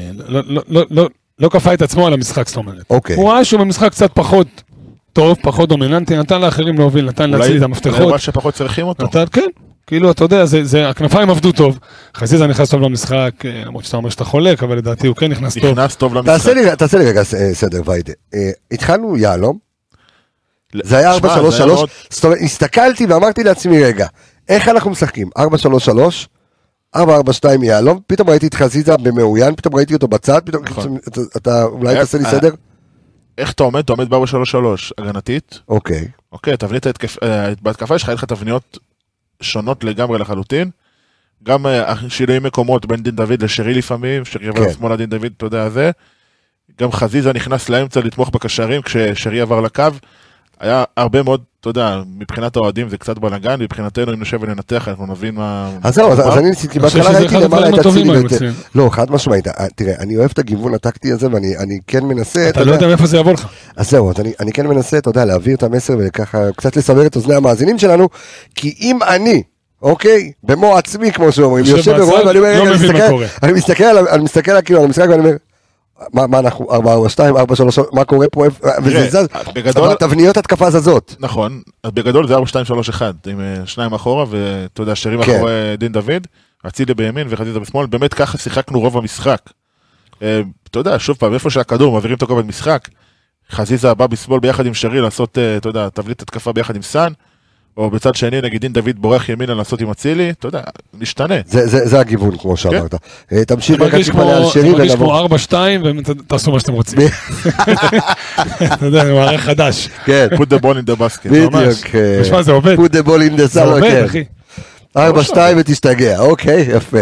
לא כפה את עצמו על המשחק, זאת אומרת. הוא ראה שהוא במשחק קצת פחות טוב, פחות דומיננטי, נתן לאחרים להוביל, נתן להציל את המפתחות. אולי שפחות צריכים אותו. כן, כאילו, אתה יודע, הכנפיים עבדו טוב, חזיזה נכנס טוב למשחק, למרות שאתה אומר שאתה חולק, אבל לדעתי הוא כן נכנס טוב. נכנס טוב למשחק. תעשה לי רגע סדר, ויידה. התחלנו יעלום, זה היה 4-3-3, זאת אומרת, הסתכלתי ואמרתי לעצמי, רגע, איך אנחנו משחקים? 4-3-3, 4-4-2 יעלום, פתאום ראיתי את חזיזה במאוין, פתאום ראיתי אותו בצד, פתאום אתה אולי תעשה לי סדר? איך אתה עומד? אתה עומד ב-4-3-3, הגנתית. אוקיי. אוקיי, תבנית בהתקפה יש לך לך תבניות שונות לגמרי לחלוטין, גם שינויים מקומות בין דין דוד לשרי לפעמים, שרי עבר לשמאל לדין דוד, אתה יודע זה, גם חזיזה נכנס לאמצע לתמוך בקשרים, כששרי עבר לקו, היה הרבה מאוד, אתה יודע, מבחינת האוהדים זה קצת בלגן, מבחינתנו אם נשב וננתח, אנחנו נבין מה... אז זהו, אז אני ניסיתי, בהתחלה ראיתי למעלה את הצילי, לא, חד משמעית, תראה, אני אוהב את הגיוון הטקטי הזה, ואני כן מנסה... אתה לא יודע מאיפה זה יבוא לך. אז זהו, אני כן מנסה, אתה יודע, להעביר את המסר, וככה קצת לסבר את אוזני המאזינים שלנו, כי אם אני, אוקיי, במו עצמי, כמו שאומרים, יושב ורואה, ואני אומר, אני מסתכל על המשחק, ואני אומר, מה אנחנו, 4-4-2, 4-3, מה קורה פה, וזה זז, אבל תבניות התקפה זזות. נכון, בגדול זה 4-2-3-1, עם שניים אחורה, ואתה יודע, שרים אחורה דין דוד, אצילי בימין וחזיזה בשמאל, באמת ככה שיחקנו רוב המשחק. אתה יודע, שוב פעם, איפה שהכדור, מעבירים את הכובד משחק, חזיזה בא בשמאל ביחד עם שרי, לעשות, אתה יודע, תבליט התקפה ביחד עם סן, או בצד שני, נגיד דין דוד בורח ימינה לעשות עם אצילי, אתה יודע, נשתנה. זה הגיוון, כמו שאמרת. תמשיך רק טיפה על שרי ונבוא. אני מרגיש כמו 4-2, ותעשו מה שאתם רוצים. אתה יודע, זה מערך חדש. כן. put the ball in the basket. בדיוק. משמע, זה עובד. put the ball in the זה עובד, אחי. 4-2 ותשתגע, אוקיי, יפה.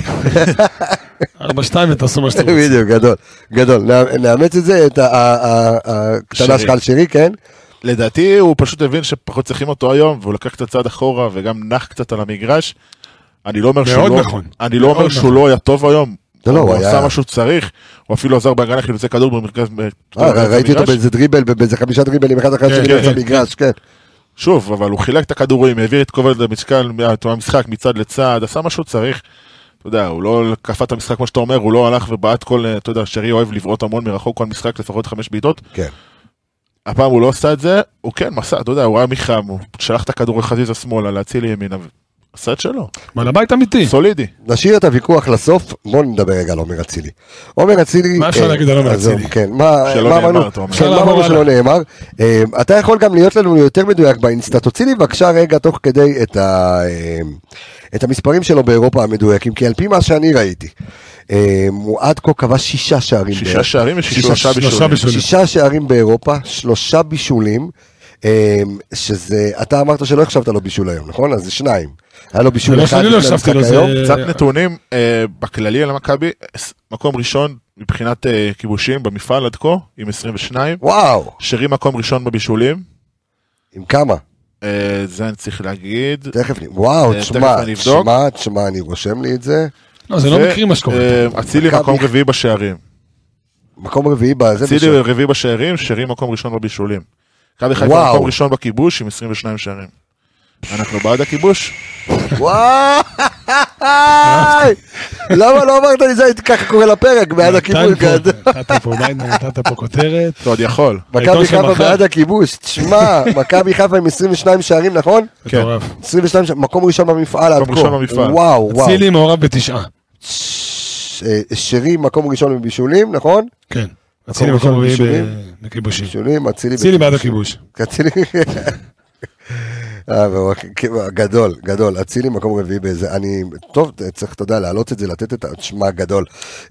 4-2 ותעשו מה שאתם רוצים. בדיוק, גדול. נאמץ את זה, את הקטנה שלך על שרי, כן? לדעתי הוא פשוט הבין שפחות צריכים אותו היום, והוא לקח את הצד אחורה וגם נח קצת על המגרש. אני לא אומר שהוא לא היה טוב היום, הוא עשה משהו שצריך, הוא אפילו עזר בהגנה חילוצי כדור במרכז. ראיתי אותו באיזה דריבל, באיזה 5 דריבלים, אחד אחרי שני באמצע המגרש, כן. שוב, אבל הוא חילק את הכדורים, העביר את כובד המשחק מצד לצד, עשה משהו צריך. אתה יודע, הוא לא קפא את המשחק כמו שאתה אומר, הוא לא הלך ובעט כל, אתה יודע, שרי אוהב לבעוט המון מרחוק כל משחק, לפחות 5 בעיטות. כן. הפעם הוא לא עשה את זה, הוא כן מסע, אתה יודע, הוא ראה מחם, הוא שלח את הכדור לחזיזה שמאלה, להציל ימינה, עשה את שלו. מעל הבית אמיתי. סולידי. נשאיר את הוויכוח לסוף, בואו נדבר רגע על עומר אצילי. עומר אצילי... מה אפשר להגיד על עומר אצילי? כן, מה אמרנו שלא נאמר? אתה יכול גם להיות לנו יותר מדויק באינסטה, תוציא לי בבקשה רגע תוך כדי את המספרים שלו באירופה המדויקים, כי על פי מה שאני ראיתי, הוא עד כה קבע 6 שערים. 6 שערים ו3 בישולים. 6 שערים באירופה, 3 בישולים, שזה, אתה אמרת שלא החשבת לו בישול היום, נכון? אז זה 2. היה לו בישול לא אחד שאני לא לפני חשבתי המשחק לו, היום. זה- קצת נתונים בכללי על המכבי, מקום ראשון מבחינת כיבושים במפעל עד כה, עם 22, וואו, שרי מקום ראשון בבישולים, עם כמה? זה אני צריך להגיד, וואו, תכף אני תשמע, אני רושם לי את זה. לא, זה לא מקרי מה שקורה. אצילי מכבי- מקום רביעי בשערים, מקום רביעי בזה. אצילי רביעי בשערים, שרי מקום ראשון בבישולים. מכבי חיפה וואו. מקום ראשון בכיבוש עם 22 שערים. אנחנו בעד הכיבוש? וואי! למה לא אמרת לי זה, ככה קורא לפרק, בעד הכיבוש. נתת פה כותרת. אתה עוד יכול. מכבי חיפה שמחר. בעד הכיבוש, תשמע, מכבי חיפה עם 22 שערים, נכון? מטורף. 22 שערים, מקום ראשון במפעל עד כה. מקום ראשון במפעל. וואו, וואו. אצילי מעורב ב9. שרי מקום ראשון בבישולים, נכון? כן. אצילי מקום רביעי בכיבושים. בישולים, אצילי בעד הכיבוש. אצילי... גדול, גדול, אצילי מקום רביעי באיזה, אני, טוב, צריך, אתה יודע, להעלות את זה, לתת את השמע גדול.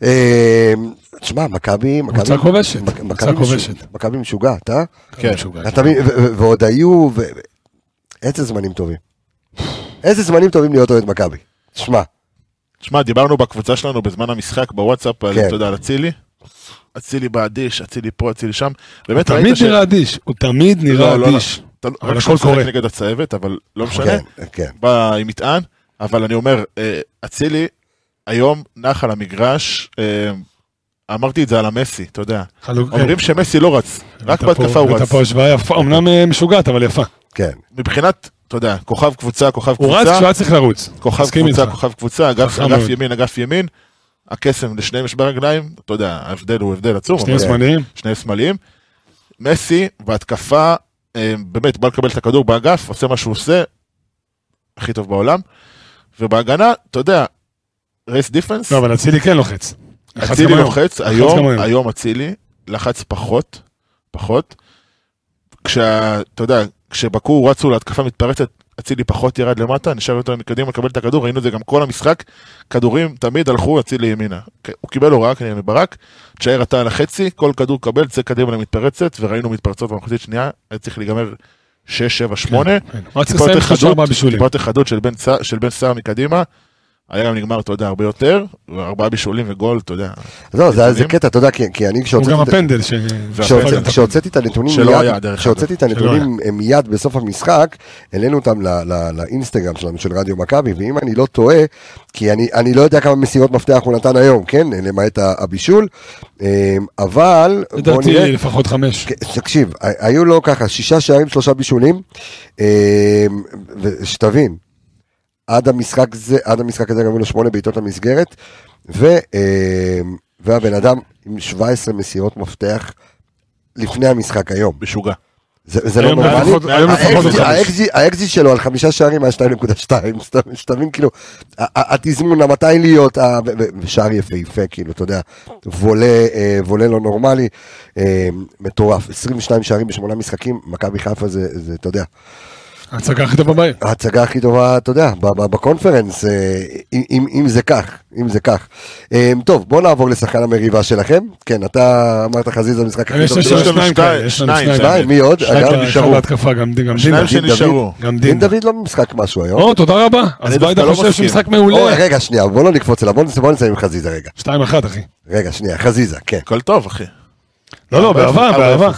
תשמע, מכבי, קבוצה כובשת. קבוצה כובשת. מכבי משוגעת, אה? כן. אתה מבין, ועוד היו, איזה זמנים טובים. איזה זמנים טובים להיות אוהד מכבי. תשמע, דיברנו בקבוצה שלנו בזמן המשחק בוואטסאפ, על, כן. אתה יודע, על אצילי. אצילי באדיש, אצילי פה, אצילי שם. הוא באמת תמיד נראה אדיש. הוא תמיד נראה לא, אדיש. אבל הכל קורה. נגד הצהבת, אבל לא משנה. כן, כן. בא עם מטען, אבל אני אומר, אצילי היום נח על המגרש, אמרתי את זה על המסי, אתה יודע. אומרים שמסי לא רץ, רק בהתקפה הוא רץ. הייתה פה השוואה יפה, אמנם משוגעת, אבל יפה. כן. מבחינת, אתה יודע, כוכב קבוצה, הוא רץ כשהוא היה צריך לרוץ. כוכב קבוצה, אגף ימין, הקסם לשניהם יש ברגליים, אתה יודע, ההבדל הוא הבדל עצום. שני שמאליים. מסי בהתקפה, באמת בא לקבל את הכדור באגף, עושה מה שהוא עושה, הכי טוב בעולם, ובהגנה, אתה יודע, רייס דיפנס. לא, אבל אצילי כן לוחץ. אצילי לוחץ, היום אצילי לחץ פחות, אתה יודע, כשבקור רצו להתקפה מתפרצת, אצילי פחות ירד למטה, נשאר יותר מקדימה לקבל את הכדור, ראינו את זה גם כל המשחק, כדורים תמיד הלכו אצילי ימינה. הוא קיבל הוראה כנראה מברק, תשאר אתה על החצי, כל כדור קבל, צא קדימה למתפרצת, וראינו מתפרצות במחצית שנייה, היה צריך להיגמר 6, 7, 8. טיפות החדות של בן סער מקדימה, היה גם נגמר, אתה יודע, הרבה יותר, 4 בישולים וגול, אתה יודע. לא, זה קטע, אתה יודע, כי אני הוא גם הפנדל כשהוצאתי את הנתונים מיד בסוף המשחק, העלינו אותם לאינסטגרם שלנו של רדיו מכבי, ואם אני לא טועה, כי אני לא יודע כמה מסירות מפתח הוא נתן היום, כן, למעט הבישול, אבל... לדעתי לפחות 5. תקשיב, היו לו ככה 6 שערים, 3 בישולים, ושתבין, עד המשחק הזה גם היו לו 8 בעיטות למסגרת, והבן אדם עם 17 מסירות מפתח לפני המשחק היום. בשוגע. זה לא נורמלי. האקזיט שלו על 5 שערים היה 2.2, שתבין כאילו, התזמון, המתי להיות, שער יפהפה, כאילו, אתה יודע, וולה לא נורמלי, מטורף, 22 שערים ב8 משחקים, מכבי חיפה זה, אתה יודע, ההצגה הכי טובה בעיר. ההצגה הכי טובה, אתה יודע, בקונפרנס, אם זה כך. טוב, בוא נעבור לשחקן המריבה שלכם. כן, אתה אמרת חזיזה במשחק הכי טוב. יש לנו 2. מי עוד? אחד בהתקפה, גם דין דוד לא משחק משהו היום. או, תודה רבה. אז ביידה חושב שמשחק מעולה. רגע, שנייה, בוא לא נקפוץ אליו, בוא נסיים עם חזיזה רגע. 2-1, אחי. רגע, שנייה, חזיזה, כן. הכל טוב, אחי. לא, באהבה.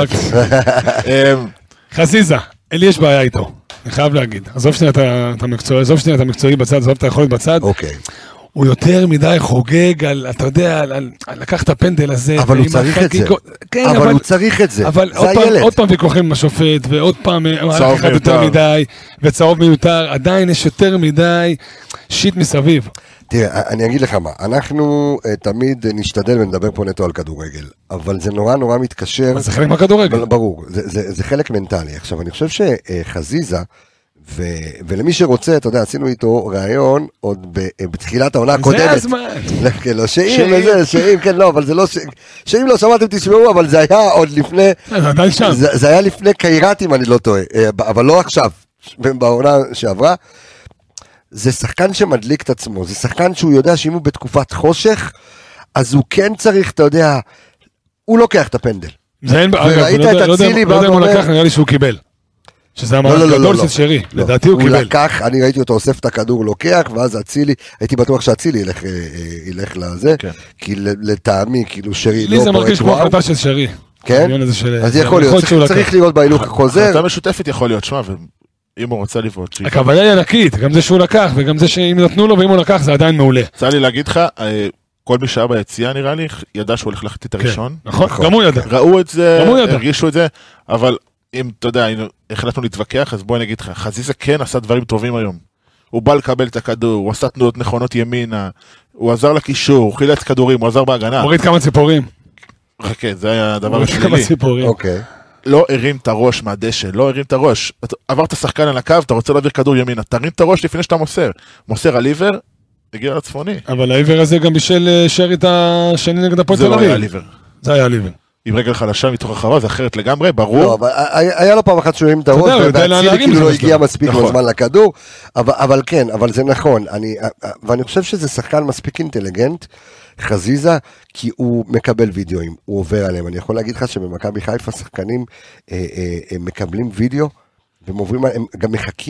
חזיזה. אלי יש בעיה איתו, אני חייב להגיד. עזוב שנייה את המקצועי בצד, עזוב את היכולת בצד. אוקיי. הוא יותר מדי חוגג על, אתה יודע, על לקח את הפנדל הזה. אבל הוא צריך את זה. כן, אבל הוא צריך את זה. אבל עוד פעם ויכוחים עם השופט, ועוד פעם צהוב יותר מדי, וצהוב מיותר, עדיין יש יותר מדי שיט מסביב. תראה, אני אגיד לך מה, אנחנו תמיד נשתדל ונדבר פה נטו על כדורגל, אבל זה נורא מתקשר. זה חלק מהכדורגל. ברור, זה חלק מנטלי. עכשיו, אני חושב שחזיזה, ולמי שרוצה, אתה יודע, עשינו איתו רעיון עוד בתחילת העונה הקודמת. זה הזמן. כן, לא, שאם, כן, לא, אבל זה לא, שאם לא שמעתם תשמעו, אבל זה היה עוד לפני, זה היה לפני קיירתים, אני לא טועה, אבל לא עכשיו, בעונה שעברה. זה שחקן שמדליק את עצמו, זה שחקן שהוא יודע שאם הוא בתקופת חושך, אז הוא כן צריך, אתה יודע, הוא לוקח את הפנדל. זה אין, אגב, לא יודע אם הוא לקח, נראה לי שהוא קיבל. שזה המהלך גדול של שרי, לדעתי הוא קיבל. הוא לקח, אני ראיתי אותו אוסף את הכדור, לוקח, ואז אצילי, הייתי בטוח שאצילי ילך לזה, כי לטעמי, כאילו שרי לי זה מרגיש כמו החלטה של שרי. כן? אז יכול להיות, צריך לראות בהילוך החוזר. החלטה משותפת יכול להיות, שמה, אם הוא רוצה לבעוט. הכוונה היא ענקית, גם זה שהוא לקח, וגם זה שאם נתנו לו, ואם הוא לקח, זה עדיין מעולה. רוצה לי להגיד לך, כל מי שהיה ביציאה נראה לי, ידע שהוא הולך להחטיא את הראשון. נכון, גם הוא ידע. ראו את זה, הרגישו את זה, אבל אם, אתה יודע, החלטנו להתווכח, אז בוא אני אגיד לך, חזיזה כן עשה דברים טובים היום. הוא בא לקבל את הכדור, הוא עשה תנועות נכונות ימינה, הוא עזר לקישור, הוא חילץ כדורים, הוא עזר בהגנה. הוריד כמה ציפורים. חכה, זה היה הדבר השלילי. אוקיי. לא הרים את הראש מהדשא, לא הרים את הראש. עברת שחקן על הקו, אתה רוצה להעביר כדור ימינה, תרים את הראש לפני שאתה מוסר. מוסר על עיוור, הגיע לצפוני. אבל העיוור הזה גם בשל שרי את השני נגד הפועל תל אביב. זה לא היה עיוור. זה היה עיוור. עם רגל חלשה מתוך הרחבה, זה אחרת לגמרי, ברור. לא, אבל היה לו פעם אחת שהוא הרים את הראש, והצילי כאילו לא הגיע מספיק בזמן לכדור, אבל כן, אבל זה נכון, ואני חושב שזה שחקן מספיק אינטליגנט, חזיזה, כי הוא מקבל וידאוים, הוא עובר עליהם. אני יכול להגיד לך שבמכבי חיפה שחקנים מקבלים וידאו, והם גם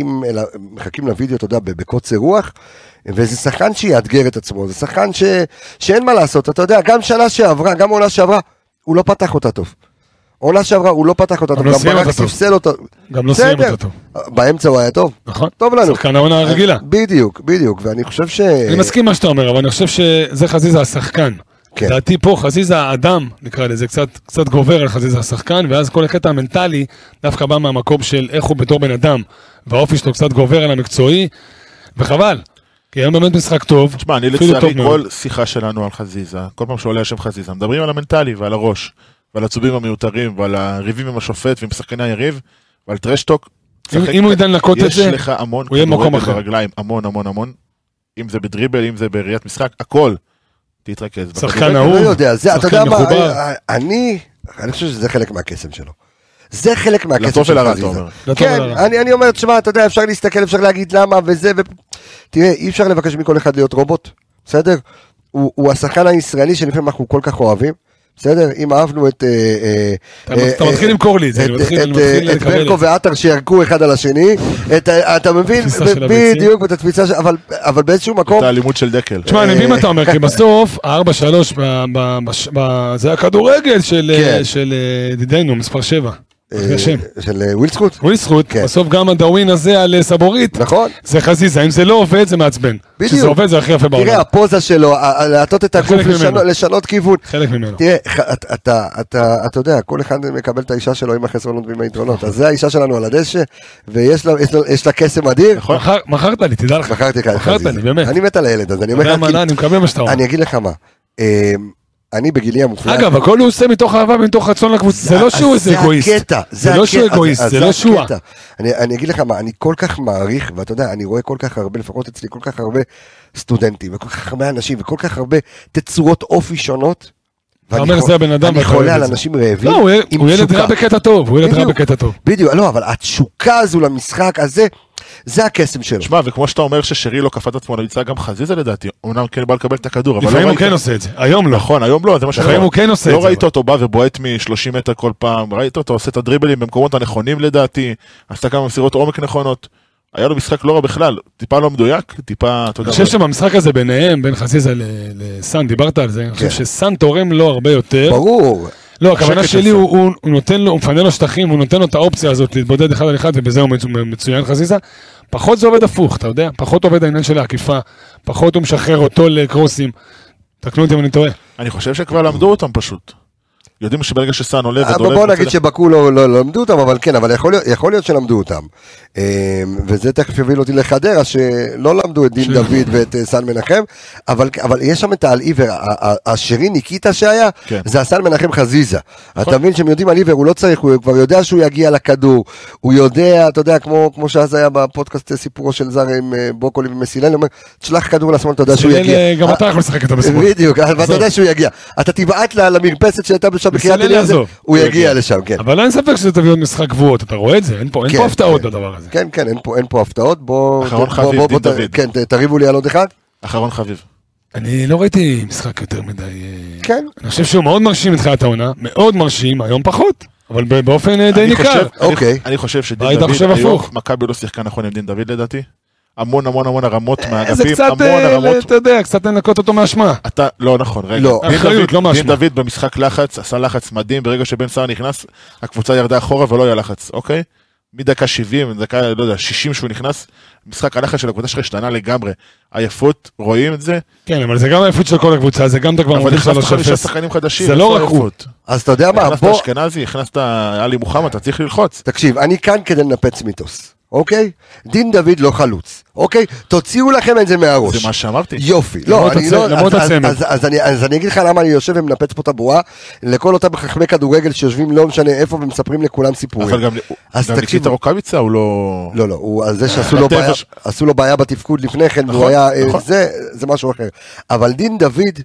מחכים לוידאו, אתה יודע, בקוצר רוח, וזה שחקן שיאתגר את עצמו, זה שחקן שאין מה לעשות, אתה יודע, גם שנה שעברה, גם עונה שעברה, הוא לא פתח אותה טוב. עונה שעברה, הוא לא פתח אותה טוב, גם ברק ספסל אותה. גם לא סיים אותה טוב. באמצע הוא היה טוב. נכון. טוב לנו. שחקן העונה הרגילה. בדיוק, ואני חושב אני מסכים מה שאתה אומר, אבל אני חושב שזה חזיזה השחקן. דעתי פה חזיזה האדם, נקרא לזה, קצת גובר על חזיזה השחקן, ואז כל הקטע המנטלי דווקא בא מהמקום של איך הוא בתור בן אדם, והאופי שלו קצת גובר על המקצועי, וחבל. כי היום באמת משחק טוב. תשמע, אני לצערי כל שיחה שלנו על חזיזה, כל פעם שעולה השם חזיזה, מדברים על המנטלי ועל הראש, ועל הצהובים המיותרים, ועל הריבים עם השופט ועם שחקני היריב, ועל טרשטוק. אם הוא ידע לנקות את זה, יש לך המון כדורגל ברגליים, המון, אם זה בדריבל, אם זה בראיית משחק, הכל. תתרכז. שחקן ההוא, לא יודע, אתה יודע מה, אני חושב שזה חלק מהקסם שלו. זה חלק מהקסם של חזיזה. כן, אני אומר, תשמע, אתה יודע, אפשר להסתכל, אפשר להגיד למה וזה, תראה, אי אפשר לבקש מכל אחד להיות רובוט, בסדר? הוא השחקן הישראלי שלפעמים אנחנו כל כך אוהבים, בסדר? אם אהבנו את... אתה מתחיל למכור לי את זה, את ברקו ועטר שירקו אחד על השני, אתה מבין? בדיוק, את התפיסה, אבל באיזשהו מקום... את האלימות של דקל. תשמע, אני מבין מה אתה אומר, כי בסוף, 4-3, זה הכדורגל של ידידנו, מספר 7. של ווילסקוט? ווילסקוט, בסוף גם הדאווין הזה על סבורית, נכון. זה חזיזה, אם זה לא עובד זה מעצבן. כשזה עובד זה הכי יפה בעולם. תראה, הפוזה שלו, להטות את הגוף, לשנות כיוון. חלק ממנו. תראה, אתה יודע, כל אחד מקבל את האישה שלו עם החסרונות ועם היתרונות, אז זה האישה שלנו על הדשא, ויש לה קסם אדיר. מכרת לי, תדע לך. מכרתי לך, באמת. אני מת על הילד, אז אני אומר לך, אני מקווה מה שאתה אומר. אני אגיד לך מה, אני בגילי המופלג. אגב, הכל הוא עושה מתוך אהבה ומתוך רצון לקבוצה. זה לא שהוא איזה אגואיסט. זה לא שהוא אגואיסט, זה לא שואה. אני אגיד לך מה, אני כל כך מעריך, ואתה יודע, אני רואה כל כך הרבה, לפחות אצלי, כל כך הרבה סטודנטים, וכל כך הרבה אנשים, וכל כך הרבה תצורות אופי שונות. אתה אומר, זה הבן אדם. אני חולה על אנשים רעבים. לא, הוא ילד רע בקטע טוב, הוא ילד רע בקטע טוב. בדיוק, לא, אבל התשוקה הזו למשחק הזה, זה הקסם שלו. שמע, וכמו שאתה אומר ששרי לא קפת עצמו, נמצא גם חזיזה לדעתי, אומנם כן בא לקבל את הכדור, אבל לפעמים הוא כן עושה את זה, היום לא. נכון, היום לא, זה מה שאני לפעמים הוא כן עושה את זה. לא ראית אותו בא ובועט מ-30 מטר כל פעם, ראית אותו עושה את הדריבלים במקומות הנכונים לדעתי, עשתה כמה מסירות עומק נכונות, היה לו משחק לא רע בכלל, טיפה לא מדויק, טיפה... אני חושב שבמשחק הזה ביניהם, בין חזיזה לסן, דיברת על זה, אני חושב שסן תורם לו הרבה יותר. ברור. לא, הכוונה שלי, הוא נותן לו, הוא מפנה לו שטחים, הוא נותן לו את האופציה הזאת להתבודד אחד על אחד, ובזה הוא מצוין חזיזה. פחות זה עובד הפוך, אתה יודע? פחות עובד העניין של העקיפה, פחות הוא משחרר אותו לקרוסים. תקנו אותי אם אני טועה. אני חושב שכבר למדו אותם פשוט. יודעים שברגע שסן עולה ודורק... בוא נגיד שבקו לא למדו אותם, אבל כן, אבל יכול להיות שלמדו אותם. וזה תכף יוביל אותי לחדרה, שלא למדו את דין דוד ואת סן מנחם, אבל יש שם את העיוור, השרי ניקיטה שהיה, זה הסן מנחם חזיזה. אתה מבין שהם יודעים על עיוור, הוא לא צריך, הוא כבר יודע שהוא יגיע לכדור, הוא יודע, אתה יודע, כמו שאז היה בפודקאסט סיפורו של זר עם בוקולי ומסילן, הוא אומר, תשלח כדור לשמאל, אתה יודע שהוא יגיע. גם אתה יכול לשחק איתו בשמאל. בדיוק, ואתה יודע שהוא יגיע. אתה תבעט למרפסת שהייתה בקריאת אליעזר, הוא יגיע לשם, כן. אבל אין ספק שזה תביא עוד משחק גבוהות, אתה רואה את זה? אין פה הפתעות בדבר הזה. כן, כן, אין פה הפתעות, אחרון חביב, דין דוד. כן, תריבו לי על עוד אחד. אחרון חביב. אני לא ראיתי משחק יותר מדי... כן. אני חושב שהוא מאוד מרשים מתחילת העונה, מאוד מרשים, היום פחות. אבל באופן די ניכר. אוקיי. אני חושב שדין היית דוד, חושב היום הפוך. מכבי לא שיחקה נכון עם דין דוד לדעתי. המון הרמות זה מהאגפים, קצת, המון הרמות. אתה יודע, קצת לנקות אותו מהשמה. אתה, לא נכון, רגע. לא. דין אחריות, דוד- לא מאשמה. דין דוד במשחק לחץ, עשה לחץ מדהים, ברגע שבן סער נכנס, הקבוצה ירדה אחורה ולא היה לחץ, אוקיי? מדקה 70, דקה, לא יודע, 60 שהוא נכנס, משחק הלחץ של הקבוצה שלך השתנה לגמרי. עייפות, רואים את זה, כן, אבל זה גם העייפות של כל הקבוצה, זה גם אתה כבר אבל מוביל נכנסת 3-0. שחקנים חדשים. זה לא איפה רק הוא. העייפות? אז אתה יודע מה, הכנסת בוא, אשכנזי, הכנסת עלי מוחמד, אתה צריך ללחוץ. תקשיב, אני כאן כדי לנפץ מיתוס, אוקיי? דין דוד לא חלוץ, אוקיי? תוציאו לכם את זה מהראש. זה מה שאמרתי. יופי. למרות לא, אני לא... למרות הצמד. אז אני אגיד לך למה אני יושב ומנפץ פה את הבועה, לכל אותם חכמי כדורגל שיושבים לא משנה איפה ומספרים לכולם סיפורים. אבל גם אז גם תקשיב, ניקיטה רוקאביצה הוא לא... לא, הוא על זה שעשו לו הטבע בעיה, עשו לו בעיה בתפקוד לפני כן, והוא נכון, היה, נכון. זה משהו אחר. אבל דין דוד,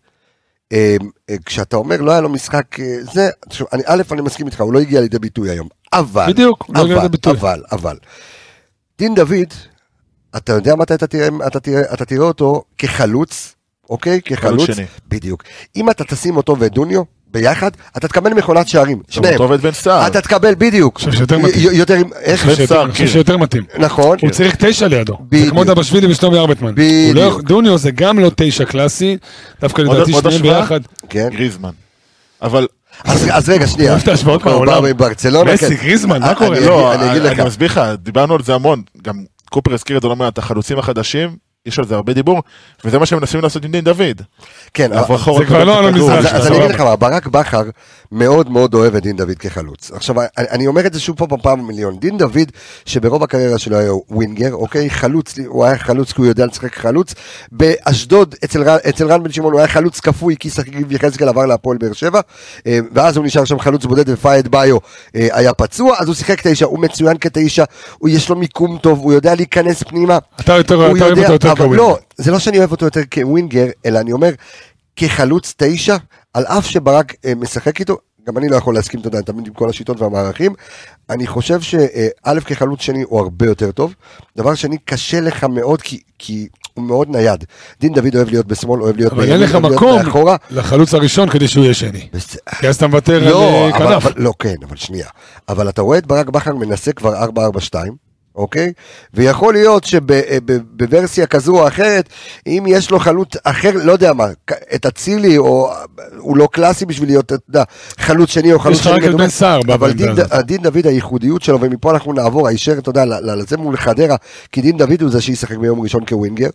כשאתה אומר לא היה לו משחק, זה, אני מסכים איתך, הוא לא הגיע לידי ביטוי היום. אבל, בדיוק, לא הגיע לידי ביטוי. אבל, דין דוד, אתה יודע מתי אתה תראה אותו כחלוץ, אוקיי? כחלוץ, שני. בדיוק. אם אתה תשים אותו ודוניו ביחד, אתה תקבל מכונת שערים, שניהם. אותו ואת בן סער. אתה תקבל, בדיוק. חושב שיותר מתאים. איך? בן סער, אני חושב שיותר מתאים. נכון. הוא צריך 9 לידו. זה בדיוק. כמו דבשווילי ושלומי ארבטמן. בדיוק. דוניו זה גם לא 9 קלאסי, דווקא לדעתי עוד שניהם השוואה? ביחד. כן. גריזמן. אבל אז רגע, שנייה. אוהב את ההשוואות הוא מהעולם. בא מברצלונה, מסי, כן. גריזמן, מה קורה? לא, אני אגיד לך. אני מסביר לך, דיברנו על זה המון, גם קופר הזכיר את זה לא מעט, החלוצים החדשים, יש על זה הרבה דיבור, וזה מה שהם מנסים לעשות עם דין דוד. כן, לעבור זה כבר לא על הכדור. המזרח. אז אני אגיד לך מה, ברק בכר מאוד מאוד אוהב את דין דוד כחלוץ. עכשיו, אני אומר את זה שוב פה בפעם המיליון. דין דוד, שברוב הקריירה שלו היה ווינגר, אוקיי, חלוץ, הוא היה חלוץ כי הוא יודע לשחק חלוץ. באשדוד, אצל רן בן שמעון, הוא היה חלוץ כפוי, כי שגיב יחזקאל עבר להפועל באר שבע, ואז הוא נשאר שם חלוץ בודד, ופייד ביו היה פצוע, אז הוא שיחק 9, הוא מצוין כ9, יש לו מיקום טוב, הוא יודע להיכנס פנימה. אתה אוהב אותו יותר אבל כווינגר. לא, זה לא שאני אוהב אותו יותר כווינגר, אלא אני אומר, כחלוץ 9, על אף שברק משחק איתו, גם אני לא יכול להסכים, אתה יודע, תמיד עם כל השיטות והמערכים, אני חושב שא' כחלוץ שני הוא הרבה יותר טוב, דבר שני, קשה לך מאוד, כי הוא מאוד נייד. דין דוד אוהב להיות בשמאל, אוהב להיות אבל אין לך מקום לחלוץ הראשון כדי שהוא יהיה שני. כי אז אתה מוותר על כנף. לא, כן, אבל שנייה. אבל אתה רואה את ברק בכר מנסה כבר 4-4-2, אוקיי? ויכול להיות שבוורסיה כזו או אחרת, אם יש לו חלוץ אחר, לא יודע מה, את הצילי, או הוא לא קלאסי בשביל להיות, אתה יודע, חלוץ שני או חלוץ שני. יש לך רק את בן סער. אבל דין דוד, הייחודיות שלו, ומפה אנחנו נעבור, הישר, אתה יודע, לזה מול חדרה, כי דין דוד הוא זה שישחק ביום ראשון כווינגר.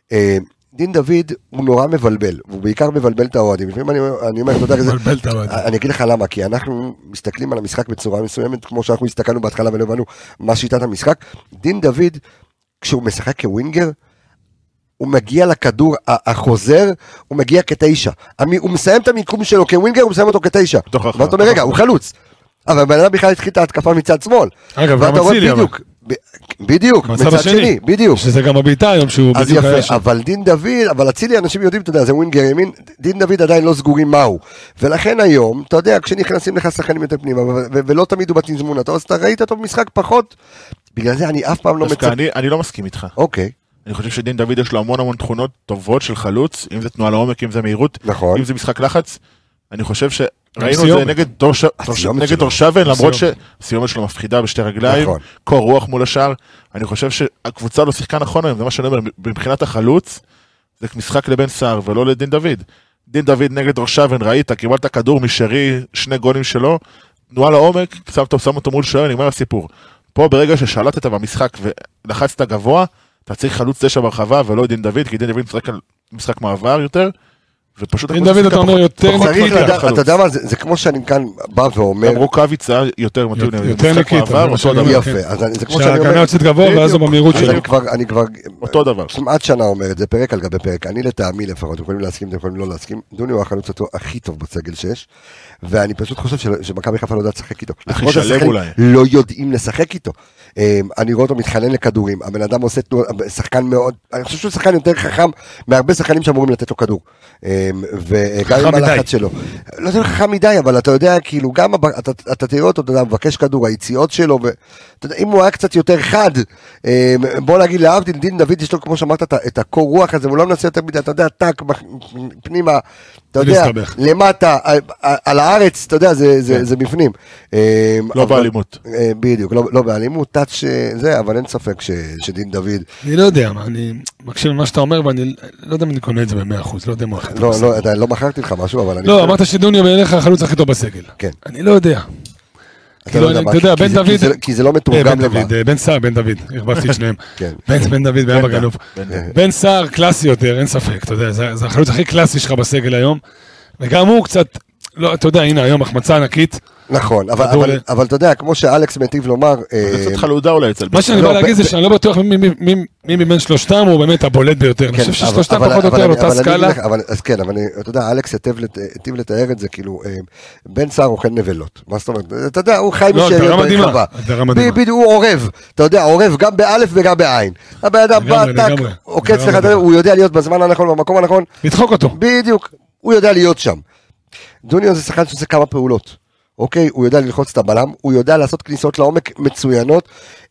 דין דוד הוא נורא מבלבל, והוא בעיקר מבלבל את האוהדים. לפעמים אני אומר, אתה יודע, אני אגיד לך למה, כי אנחנו מסתכלים על המשחק בצורה מסוימת, כמו שאנחנו הסתכלנו בהתחלה ולא הבנו מה שיטת המשחק. דין דוד, כשהוא משחק כווינגר, הוא מגיע לכדור החוזר, הוא מגיע כ9. הוא מסיים את המיקום שלו כווינגר, הוא מסיים אותו כ9. ואתה אומר, רגע, הוא חלוץ. אבל בן אדם בכלל התחיל את ההתקפה מצד שמאל. אגב, גם אצילי, בדיוק, מצד שני, בדיוק. שזה גם הביתה היום שהוא בדיוק היה שם. אבל דין דוד, אבל אצילי, אנשים יודעים, אתה יודע, זה ווינגר ימין, דין דוד עדיין לא סגורים מהו. ולכן היום, אתה יודע, כשנכנסים לך שחקנים יותר פנימה, ולא תמיד הוא בתזמון, אז אתה ראית אותו במשחק פחות, בגלל זה אני אף פעם לא מצא. אני לא מסכים איתך. אוקיי. אני חושב שדין דוד יש לו המון תכונות טובות של חלוץ, אם זה תנועה לעומק, אם זה מהירות, נכון. אם זה משחק לחץ. אני חושב שראינו את זה נגד דורשבן, למרות שהסיומת שלו מפחידה בשתי רגליים, קור רוח מול השאר. אני חושב שהקבוצה לא שיחקה נכון היום, זה מה שאני אומר, מבחינת החלוץ, זה משחק לבן סער ולא לדין דוד. דין דוד נגד דורשבן, ראית, קיבלת כדור משרי, 2 גולים שלו, תנועה לעומק, שם אותו מול שוער, נגמר הסיפור. פה ברגע ששלטת במשחק ולחצת גבוה, אתה צריך חלוץ 9 ברחבה ולא דין דוד, כי דין דוד משחק על משחק מעבר יותר, ופשוט... דין דוד אתה אומר יותר נקי. אתה יודע מה, זה כמו שאני כאן בא ואומר... גם רוקאביצה יותר מתאים. יותר נקי. יפה. זה כמו שאני אומר... שההגנה יוצאת גבוה ואז הוא במהירות שלו. אני כבר... אותו דבר. כמעט שנה אומר את זה, פרק על גבי פרק. אני לטעמי לפחות, אתם יכולים להסכים, אתם יכולים לא להסכים. דוני הוא החלוץ הכי טוב בסגל 6, ואני פשוט חושב שמכבי חיפה לא יודעת לשחק איתו. הכי שלם אולי. לא יודעים לשחק איתו. אני רואה אותו מתחנן לכדורים, הבן אדם עושה שחקן מאוד, אני חושב שהוא שחקן יותר חכם מהרבה שחקנים שאמורים לתת לו כדור. וגם עם הלחץ שלו. לא יודע חכם מדי, אבל אתה יודע, כאילו, גם אתה תראה אותו, אתה יודע, מבקש כדור, היציאות שלו, אם הוא היה קצת יותר חד, בוא נגיד להבדיל, דין דוד יש לו, כמו שאמרת, את הקור רוח הזה, הוא לא מנסה יותר מדי, אתה יודע, טק, פנימה, אתה יודע, למטה, על הארץ, אתה יודע, זה בפנים. לא באלימות. בדיוק, לא באלימות, טאץ' זה, אבל אין ספק שדין דוד. אני לא יודע, אני מקשיב למה שאתה אומר, ואני לא יודע אם אני קונה את זה ב100%, לא יודע מה אחת. לא מכרתי לך משהו, אבל אני... לא, אמרת שדוניו בעיניך החלוץ הכי טוב בסגל. כן. אני לא יודע. אתה יודע, בן דוד... כי זה לא מתורגם למה. בן סער, בן דוד, הרבבתי את שניהם. בן דוד והיה בגנוב. בן סער קלאסי יותר, אין ספק, אתה יודע, זה החלוץ הכי קלאסי שלך בסגל היום. וגם הוא קצת, לא, אתה יודע, הנה היום החמצה ענקית. נכון, אבל אתה יודע, כמו שאלכס מטיב לומר... זה קצת חלודה אולי אצל... מה שאני בא להגיד זה שאני לא בטוח מי מבין שלושתם הוא באמת הבולט ביותר. אני חושב ששלושתם פחות או יותר על אותה סקאלה. אז כן, אבל אתה יודע, אלכס היטיב לתאר את זה, כאילו, בן סער אוכל נבלות. מה זאת אומרת? אתה יודע, הוא חי משאריות ברחבה. בדיוק, הוא עורב. אתה יודע, עורב גם באלף וגם בעין. הבן אדם בא, טק, עוקץ לך, הוא יודע להיות בזמן הנכון, במקום הנכון. לדחוק אותו. בדיוק, הוא יודע להיות שם. דוניו זה שחקן שעושה כמה פעולות. אוקיי, הוא יודע ללחוץ את הבלם, הוא יודע לעשות כניסות לעומק מצוינות,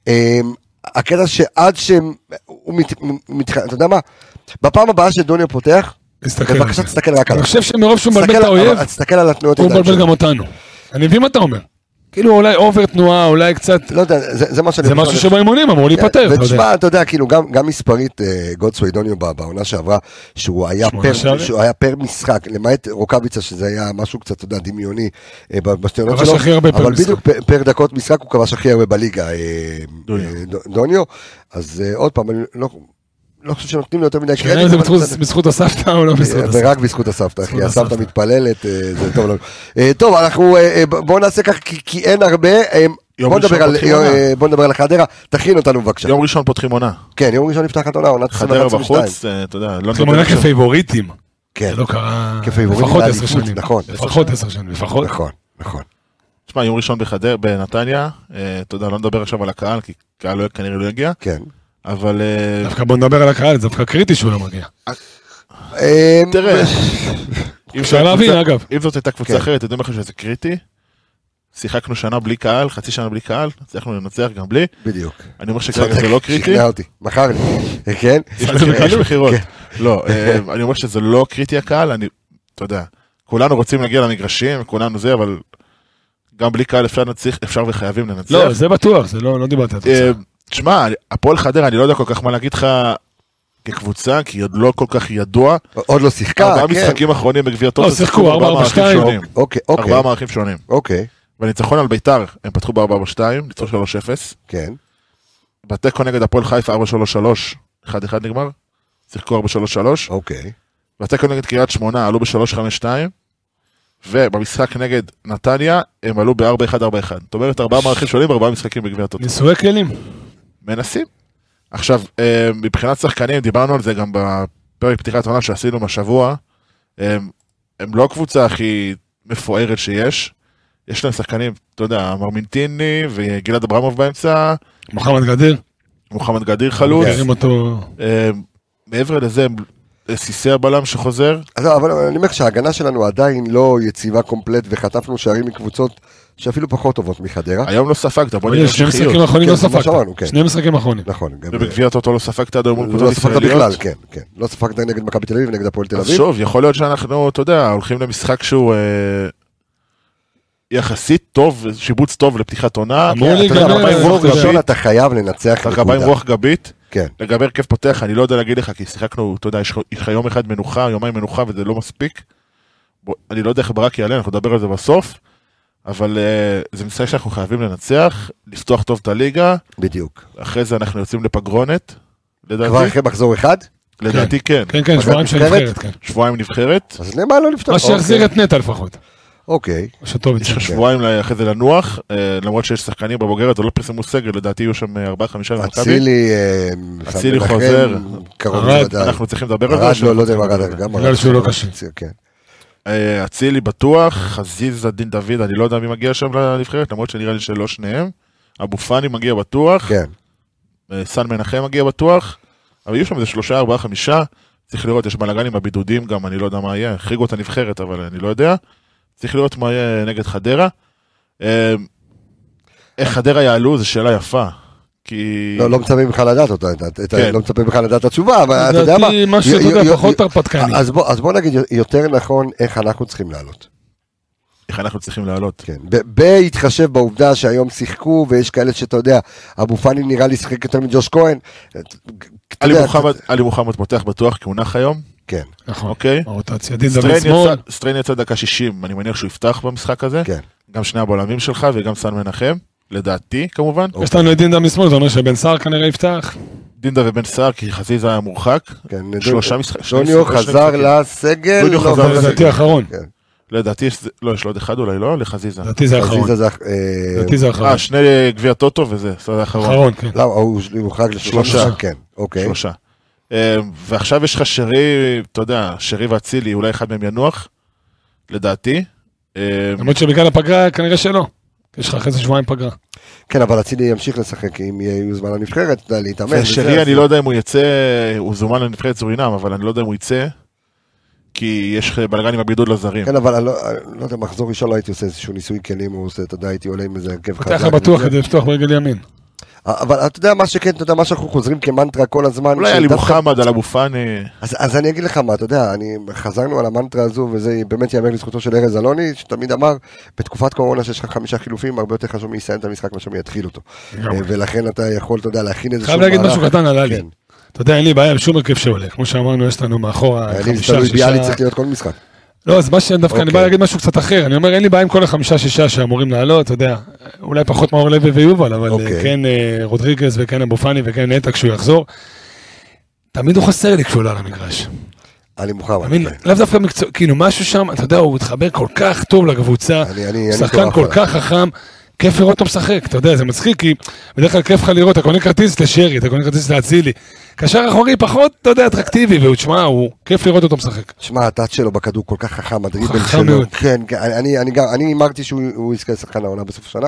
הקטע שעד שהוא מתחיל, אתה יודע מה? בפעם הבאה שדוניו פותח, בבקשה תסתכל רק עליו. אני חושב שמרוב שהוא מבלבל את האויב, תסתכל על התנועות, הוא מבלבל גם אותנו. אני מבין מה אתה אומר. כאילו אולי אובר תנועה, אולי קצת... לא יודע, זה מה שאני... זה משהו שבאימונים אמור להיפטר. ותשמע, אתה יודע, כאילו, גם מספרית גודסווי דוניו בעונה שעברה, שהוא היה פר משחק, למעט רוקביצה, שזה היה משהו קצת, אתה יודע, דמיוני בשתיונות שלו, אבל בדיוק פר דקות משחק, הוא כבש הכי הרבה בליגה, דוניו. אז עוד פעם, אני לא חושב שנותנים לו יותר מדי קרדיט. זה בזכות הסבתא או לא בזכות הסבתא? ורק בזכות הסבתא, כי הסבתא מתפללת, זה טוב לנו. טוב, בואו נעשה כך, כי אין הרבה, בואו נדבר על חדרה, תכין אותנו בבקשה. יום ראשון פותחים עונה. כן, יום ראשון נפתחת עונה, עונת חדרה בחוץ, אתה יודע, לא נדבר עכשיו. כפייבוריטים. כן. זה לא קרה... לפחות 10 שנים. לפחות 10 שנים, לפחות. נכון. תשמע, יום ראשון בחדרה, בנתניה, אתה יודע, לא נדבר עכשיו על הקהל, כי קהל כנראה לא יגיע. כן. אבל... דווקא בוא נדבר על הקהל, זה דווקא קריטי שהוא לא מגיע. תראה, אפשר להבין אגב. אם זאת הייתה קבוצה אחרת, יודעים לך שזה קריטי? שיחקנו שנה בלי קהל, חצי שנה בלי קהל, הצלחנו לנצח גם בלי. בדיוק. אני אומר שכרגע זה לא קריטי. שכנע אותי, מחר לי. כן? יש מחירות. לא, אני אומר שזה לא קריטי הקהל, אתה יודע, כולנו רוצים להגיע למגרשים, כולנו זה, אבל גם בלי קהל אפשר וחייבים לנצח. לא, זה בטוח, זה לא דיברתי על זה. תשמע, הפועל חדרה, אני לא יודע כל כך מה להגיד לך כקבוצה, כי עוד לא כל כך ידוע. עוד לא שיחקה, כן. 4 משחקים אחרונים בגביע טוטו, שיחקו 4-4-2. 4 מערכים שונים. אוקיי. וניצחון על ביתר, הם פתחו ב-4-4-2, ניצחו 3-0. כן. בתיקו נגד הפועל חיפה 4-3-3, 1-1 נגמר. שיחקו 4-3-3. אוקיי. בתיקו נגד קריית שמונה, עלו ב-3-5-2. ובמשחק נגד נתניה, הם עלו ב-4-1-4-1. זאת אומרת, 4 מערכים שונים, 4 משחקים בגביע טוטו. ניסוי כלים. מנסים. עכשיו, מבחינת שחקנים, דיברנו על זה גם בפרק פתיחת עונה שעשינו בשבוע, הם לא הקבוצה הכי מפוארת שיש, יש להם שחקנים, אתה יודע, מרמינטיני וגלעד אברמוב באמצע, מוחמד גדיר חלוץ, מעבר לזה, סיסי הבלם שחוזר. אבל אני אומר שההגנה שלנו עדיין לא יציבה קומפלט, וחטפנו שערים מקבוצות שאפילו פחות טובות מחדרה. היום לא ספקת, בוא נראה שני משחקים אחרונים לא ספקת. שני משחקים אחרונים. נכון. ובגביע טוטו לא ספקת עד היום. לא ספקת בכלל, כן. לא ספקת נגד מכבי תל אביב ונגד הפועל תל אביב. אז שוב, יכול להיות שאנחנו, אתה יודע, הולכים למשחק שהוא יחסית טוב, שיבוץ טוב לפתיחת עונה. אתה חייב לנצח נקודה. אתה בא עם רוח גבית. כן. לגבי הרכב פותח, אני לא יודע להגיד לך, כי שיחקנו, אתה יודע, יש לך יום אחד מנוחה, יומיים מנוחה, וזה לא מספיק. אני לא יודע איך ברק יעלה, אנחנו נדבר על זה בסוף, אבל זה משחק שאנחנו חייבים לנצח, לפתוח טוב את הליגה. בדיוק. אחרי זה אנחנו יוצאים לפגרונת, לדעתי. כבר אחרי מחזור אחד? לדעתי כן. כן, שבועיים של נבחרת, כן. שבועיים נבחרת. אז למה לא לפתוח? מה שיחזיר את נטע לפחות. אוקיי. יש לך שבועיים אחרי זה לנוח, למרות שיש שחקנים בבוגרת, זה לא פרסמו סגל, לדעתי יהיו שם 4-5 למכבי. אצילי חוזר, אנחנו צריכים לדבר על זה. לא יודע מה ארד, גם בגלל שהוא לא קשה. אצילי בטוח, חזיזה, דין דוד, אני לא יודע מי מגיע שם לנבחרת, למרות שנראה לי שלא שניהם. אבו פאני מגיע בטוח, כן. סן מנחם מגיע בטוח, אבל יהיו שם איזה 3, 4, 5, צריך לראות, יש בלגנים בבידודים גם, אני לא יודע מה יהיה, החריגו את הנבחרת, אבל אני לא יודע, צריך לראות מה יהיה נגד חדרה. איך חדרה יעלו, זו שאלה יפה. כי... לא מצפה ממך לדעת אותה, לא מצפה ממך לדעת את התשובה, אבל אתה יודע מה? משהו, אתה יודע, פחות הרפתקני. אז בוא נגיד יותר נכון איך אנחנו צריכים לעלות. איך אנחנו צריכים לעלות. כן, בהתחשב בעובדה שהיום שיחקו, ויש כאלה שאתה יודע, אבו פאני נראה לי שיחק יותר מג'וש כהן. עלי מוחמד פותח בטוח, כי הוא נח היום. כן. נכון. אוקיי. הרוטציה, דין דוד שמאל. סטריין יצא דקה 60, אני מניח שהוא יפתח במשחק הזה. כן. גם שני הבולמים שלך וגם סן מנחם, לדעתי כמובן. יש לנו את דינדה משמאל, זה אומר שבן סער כנראה יפתח. דינדה ובן סער, כי חזיזה היה מורחק. כן. 3 משחקים. דוניו חזר לסגל. דוניו חזר לסגל. לדעתי האחרון. לדעתי יש, לא, יש לו עוד אחד אולי, לא? לחזיזה. לדעתי זה האחרון. לדעתי זה האחרון. שני גביע טוטו וזה, זה האחרון. האחרון, כן. לא, הוא מורחק לשלושה. כן, אוקיי. 3. ועכשיו יש לך שרי, אתה יודע, שרי ואצילי, אולי אחד מהם ינוח, לדעתי. למרות שבגלל הפגרה כנראה שלא. יש לך אחרי זה שבועיים פגרה. כן, אבל אצילי ימשיך לשחק, אם יהיה זמן לנבחרת, אתה יודע, להתאמן. ושרי, אני לא יודע אם הוא יצא, הוא זומן לנבחרת סורינם, אבל אני לא יודע אם הוא יצא, כי יש בלגן עם הבידוד לזרים. כן, אבל אני לא יודע, מחזור ראשון לא הייתי עושה איזשהו ניסוי כלים, הוא עושה, אתה יודע, הייתי עולה עם איזה הרכב חזק. אתה בטוח כדי לפתוח ברגל ימין. אבל אתה יודע מה שכן, אתה יודע מה שאנחנו חוזרים כמנטרה כל הזמן. אולי עלי מוחמד, על אבו פאני. אז אני אגיד לך מה, אתה יודע, חזרנו על המנטרה הזו, וזה באמת יאמר לזכותו של ארז אלוני, שתמיד אמר, בתקופת קורונה שיש לך 5 חילופים, הרבה יותר חשוב מלסיים את המשחק, מאשר מי אותו. ולכן אתה יכול, אתה יודע, להכין איזשהו חייב להגיד משהו קטן על עלי. אתה יודע, אין לי בעיה, שום הרכב שעולה. כמו שאמרנו, יש לנו מאחורה 5-6. ביאלי צריך להיות כל משחק. לא, אז מה שדווקא אני בא להגיד משהו קצת אחר, אני אומר, אין לי בעיה עם כל 5-6 שאמורים לעלות, אתה יודע, אולי פחות מאור לוי ויובל, אבל כן רודריגז וכן אבו פאני וכן נטע כשהוא יחזור, תמיד הוא חסר לי כשהוא עולה למגרש. עלי מוחמד. לאו דווקא מקצוע, כאילו משהו שם, אתה יודע, הוא מתחבר כל כך טוב לקבוצה, הוא שחקן כל כך חכם, כיף לראות אותו משחק, אתה יודע, זה מצחיק, כי בדרך כלל כיף לך לראות, אתה קונה כרטיס לשרי, אתה קונה כרטיס להצילי, קשר אחורי פחות, אתה יודע, אטרקטיבי, והוא תשמע, הוא כיף לראות אותו משחק. תשמע, הטאץ' שלו בכדור כל כך חכם, הדריבל חכם שלו, מאוד. כן, אני אמרתי שהוא יזכה לשחקן העונה בסוף השנה,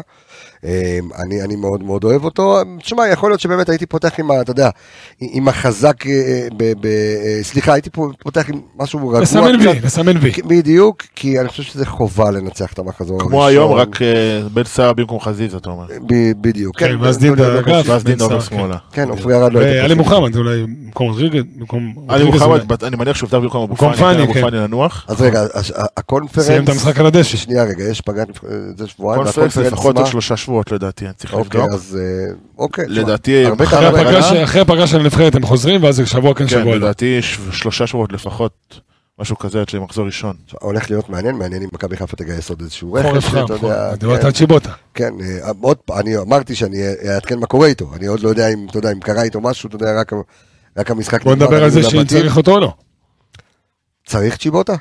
אני מאוד מאוד אוהב אותו, תשמע, יכול להיות שבאמת הייתי פותח עם, אתה יודע, עם החזק, סליחה, הייתי פותח עם משהו רגוע. לסמן וי. בדיוק, כי אני חושב שזה חובה לנצח את המחזור הראשון. כמו היום, רק בן סער במקום חזיזה, אתה אומר. בדיוק. כן, ואז דינדה אגף. ואז דינדה עובר שמאלה. כן, אופרי ירד לא הייתה. עלי מוחמד, אולי במקום רודריגז, עלי מוחמד, אני מניח שהוא יפתח במקום אבו פאני, אבו פאני לנוח. אז רגע, הקונפרנס... סיים את המשחק על הדשא. שנייה רגע, יש פגרת, זה שבועיים. קונפרנס לפחות עוד 3 שבועות לדעתי, אני צריך לבדוק. אוקיי, אז אוקיי. לדעתי, אחרי הפגרה של הנבחרת הם חוזרים, ואז שבוע כן שבוע. לדעתי 3 שבועות לפחות, משהו כזה, עד מחזור ראשון. הולך להיות מעניין אם מכבי חיפה תגייס עוד איזשהו חורף חם, דיברת על צ'יבוטה. כן, עוד פעם, אני אמרתי שאני אעדכן מה קורה איתו, אני עוד לא יודע אם, אתה יודע, אם קרה איתו משהו, אתה יודע, רק המשחק... בוא נדבר על זה שאם צריך אותו או לא. צריך צ'יבוטה?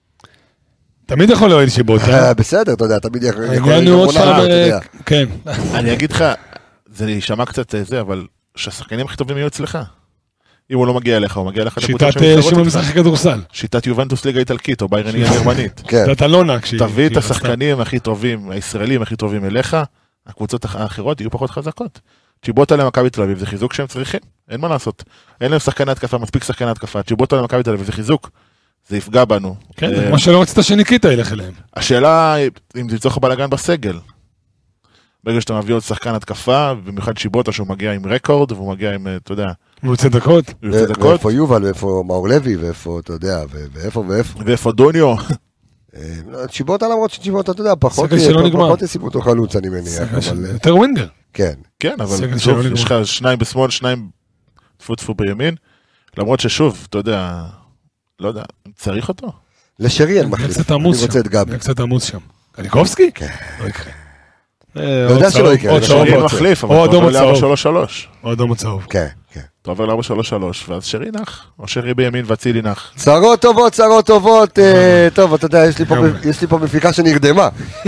תמיד יכול להועיל צ'יבוטה. בסדר, אתה יודע, תמיד יכול להועיל צ'יבוטה. כן. אני אגיד לך, זה יישמע קצת זה, אבל שהשחקנים הכי טובים יהיו אצלך. אם הוא לא מגיע אליך, הוא מגיע לך... שיטת שמעון משחק כדורסל. שיטת יובנטוס ליגה איטלקית, או ביירן הגרמנית. שיטת אלונה. תביא את השחקנים הכי טובים, הישראלים הכי טובים אליך, הקבוצות האחרות יהיו פחות חזקות. צ'יבוטה למכבי תל אביב זה חיזוק שהם צריכים, אין מה לעשות. אין להם שחקני התקפה, מספיק שחקני התקפה. צ'יבוטה למכבי תל אביב זה חיזוק, זה יפגע בנו. כן, מה שלא רצית שניקיטה ילך אליהם. השאלה אם זה יצטרך בלגן בסגל. ברגע שאתה מביא עוד שחקן התקפה, במיוחד צ'יבוטה שהוא מגיע עם רקורד, והוא מגיע עם, אתה יודע... הוא יוצא דקות. ואיפה יובל, ואיפה מאור לוי, ואיפה, אתה יודע, ואיפה דוניו. צ'יבוטה, למרות שצ'יבוטה, אתה יודע, פחות ישימו אותו חלוץ, אני מניח. יותר ווינגר. כן. כן, אבל יש לך 2 בשמאל, 2 טפו בימין, למרות ששוב, אתה יודע, לא יודע, צריך אותו? לשרי אין מחליף, אני רוצה את גבי. קצת עמוס שם. קניקובסקי? כן. לא יקרה. לא יודע שלא יקרה. שרי מחליף, אבל אתה עובר ל-4-3-3. או אדום או צהוב. כן, כן. אתה עובר ל-4-3-3, ואז שרי נח, או שרי בימין ואצילי נח. צרות טובות, צרות טובות. טוב, אתה יודע, יש לי פה מפיקה שנרדמה.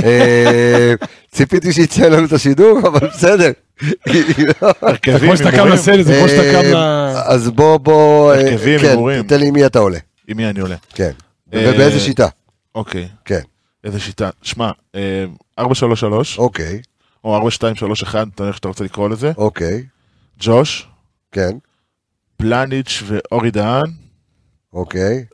ציפיתי שיצא לנו את השידור, אבל בסדר. כמו שאתה קם לסלט, זה כמו שאתה קם ל... אז בוא... הרכבים, הימורים. תן לי עם מי אתה עולה. עם מי אני עולה. כן. ובאיזה שיטה. אוקיי. כן. איזה שיטה. שמע, 4-3-3. אוקיי. או 4-2-3-1, איך שאתה רוצה לקרוא לזה. אוקיי, ג'וש, כן, פלניץ' ואורי דהן. אוקיי.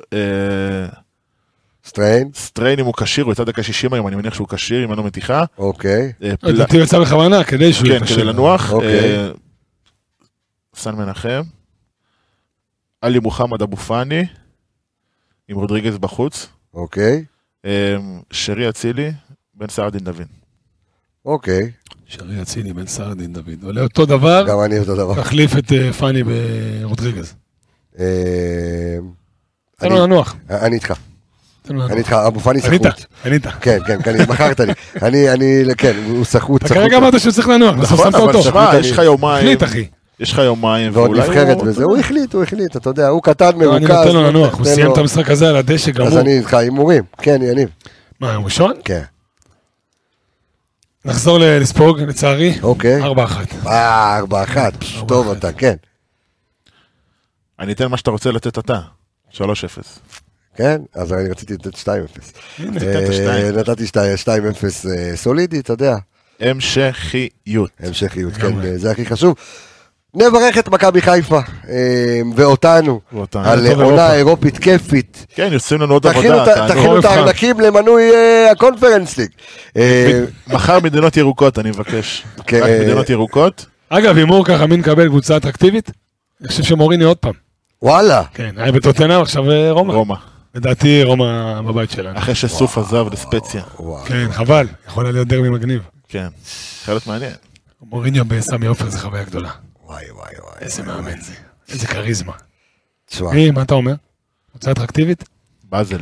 סטריין. סטריין אם הוא קשיר, הוא יצא דקה 60 היום, אני מניח שהוא קשיר, אם אין לו מתיחה. אוקיי. לדעתי הוא יצא בכוונה, כדי שהוא כן, כדי לנוח. אוקיי. סן מנחם. עלי מוחמד אבו פאני, עם רודריגז בחוץ. אוקיי. שרי אצילי, בן סעדין דוד. אוקיי. שרי אצילי, בן סעדין דוד. עולה אותו דבר, גם אני אותו דבר. תחליף את פאני ברודריגז. אה, תן לו לנוח. אני איתך. תן לו לנוח. אני איתך, אבו פאני סחוט. ענית. כן, מכרת לי. כן, הוא סחוט. אתה כרגע אמרת שהוא צריך לנוח, בסוף שמת אבל אותו. שמע, יש לך יומיים. החליט, אחי. יש לך יומיים. ועוד נבחרת וזה, הוא החליט, אתה יודע, הוא קטן מרוכז. אני נותן לו לנוח, הוא סיים את המשחק הזה על הדשא גמור. אז אני איתך, הימורים. כן, יניב. מה, יום ראשון? כן. נחזור לספוג, לצערי. אוקיי. 4-1. 4-1. טוב אתה, כן. אני אתן מה שאתה רוצה לתת אתה. 3-0. כן, אז אני רציתי לתת 2-0. נתתי 2-0 סולידי, אתה יודע. המשכיות. המשכיות, כן, זה הכי חשוב. נברך את מכבי חיפה ואותנו על עונה אירופית כיפית. כן, יוצאים לנו עוד עבודה. תכינו את הארנקים למנוי הקונפרנס ליג. מחר מדינות ירוקות, אני מבקש. רק מדינות ירוקות. אגב, אם הוא ככה מין קבל קבוצה אטרקטיבית, אני חושב שמוריני עוד פעם. וואלה. כן, היה בטוטנהאם, עכשיו רומא. לדעתי רומא בבית שלנו. אחרי שסוף עזב לספציה. כן, חבל, יכול להיות דרבי מגניב. כן, חלק מעניין. מוריניו בסמי עופר זה חוויה גדולה. וואי. איזה מאמן זה, איזה כריזמה. תשמע. מה אתה אומר? קבוצה אטרקטיבית? באזל.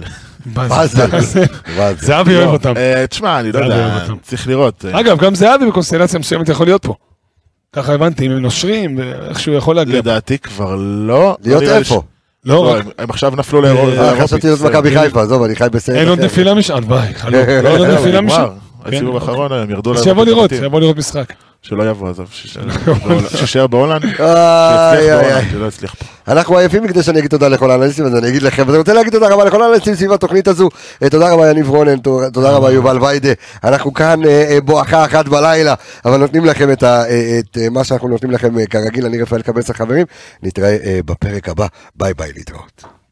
זהבי אוהב אותם. תשמע, אני לא יודע, צריך לראות. אגב, גם זהבי בקונסטלציה מסוימת יכול להיות פה. ככה הבנתי, אם הם נושרים, ואיכשהו יכול להגיע. לדעתי כבר לא. להיות איפה? לא, הם עכשיו נפלו לאירופית. חשבתי להיות מכבי חיפה, עזוב, אני חי בסרט. אין עוד נפילה משם, ביי, חלוק. לא עוד נפילה משם. הסיבוב האחרון הם ירדו להם. שיבוא לראות משחק. שלא יבוא, עזוב, שישאר בהולנד, שלא יצליח פה. אנחנו עייפים מכדי שאני אגיד תודה לכל האנליסטים, אז אני אגיד לכם, ואני רוצה להגיד תודה רבה לכל האנליסטים סביב התוכנית הזו, תודה רבה יניב רונן, תודה רבה יובל ויידה, אנחנו כאן בואכה 1 בלילה, אבל נותנים לכם את מה שאנחנו נותנים לכם כרגיל, אני רפאל קבס החברים, נתראה בפרק הבא, ביי ביי, להתראות.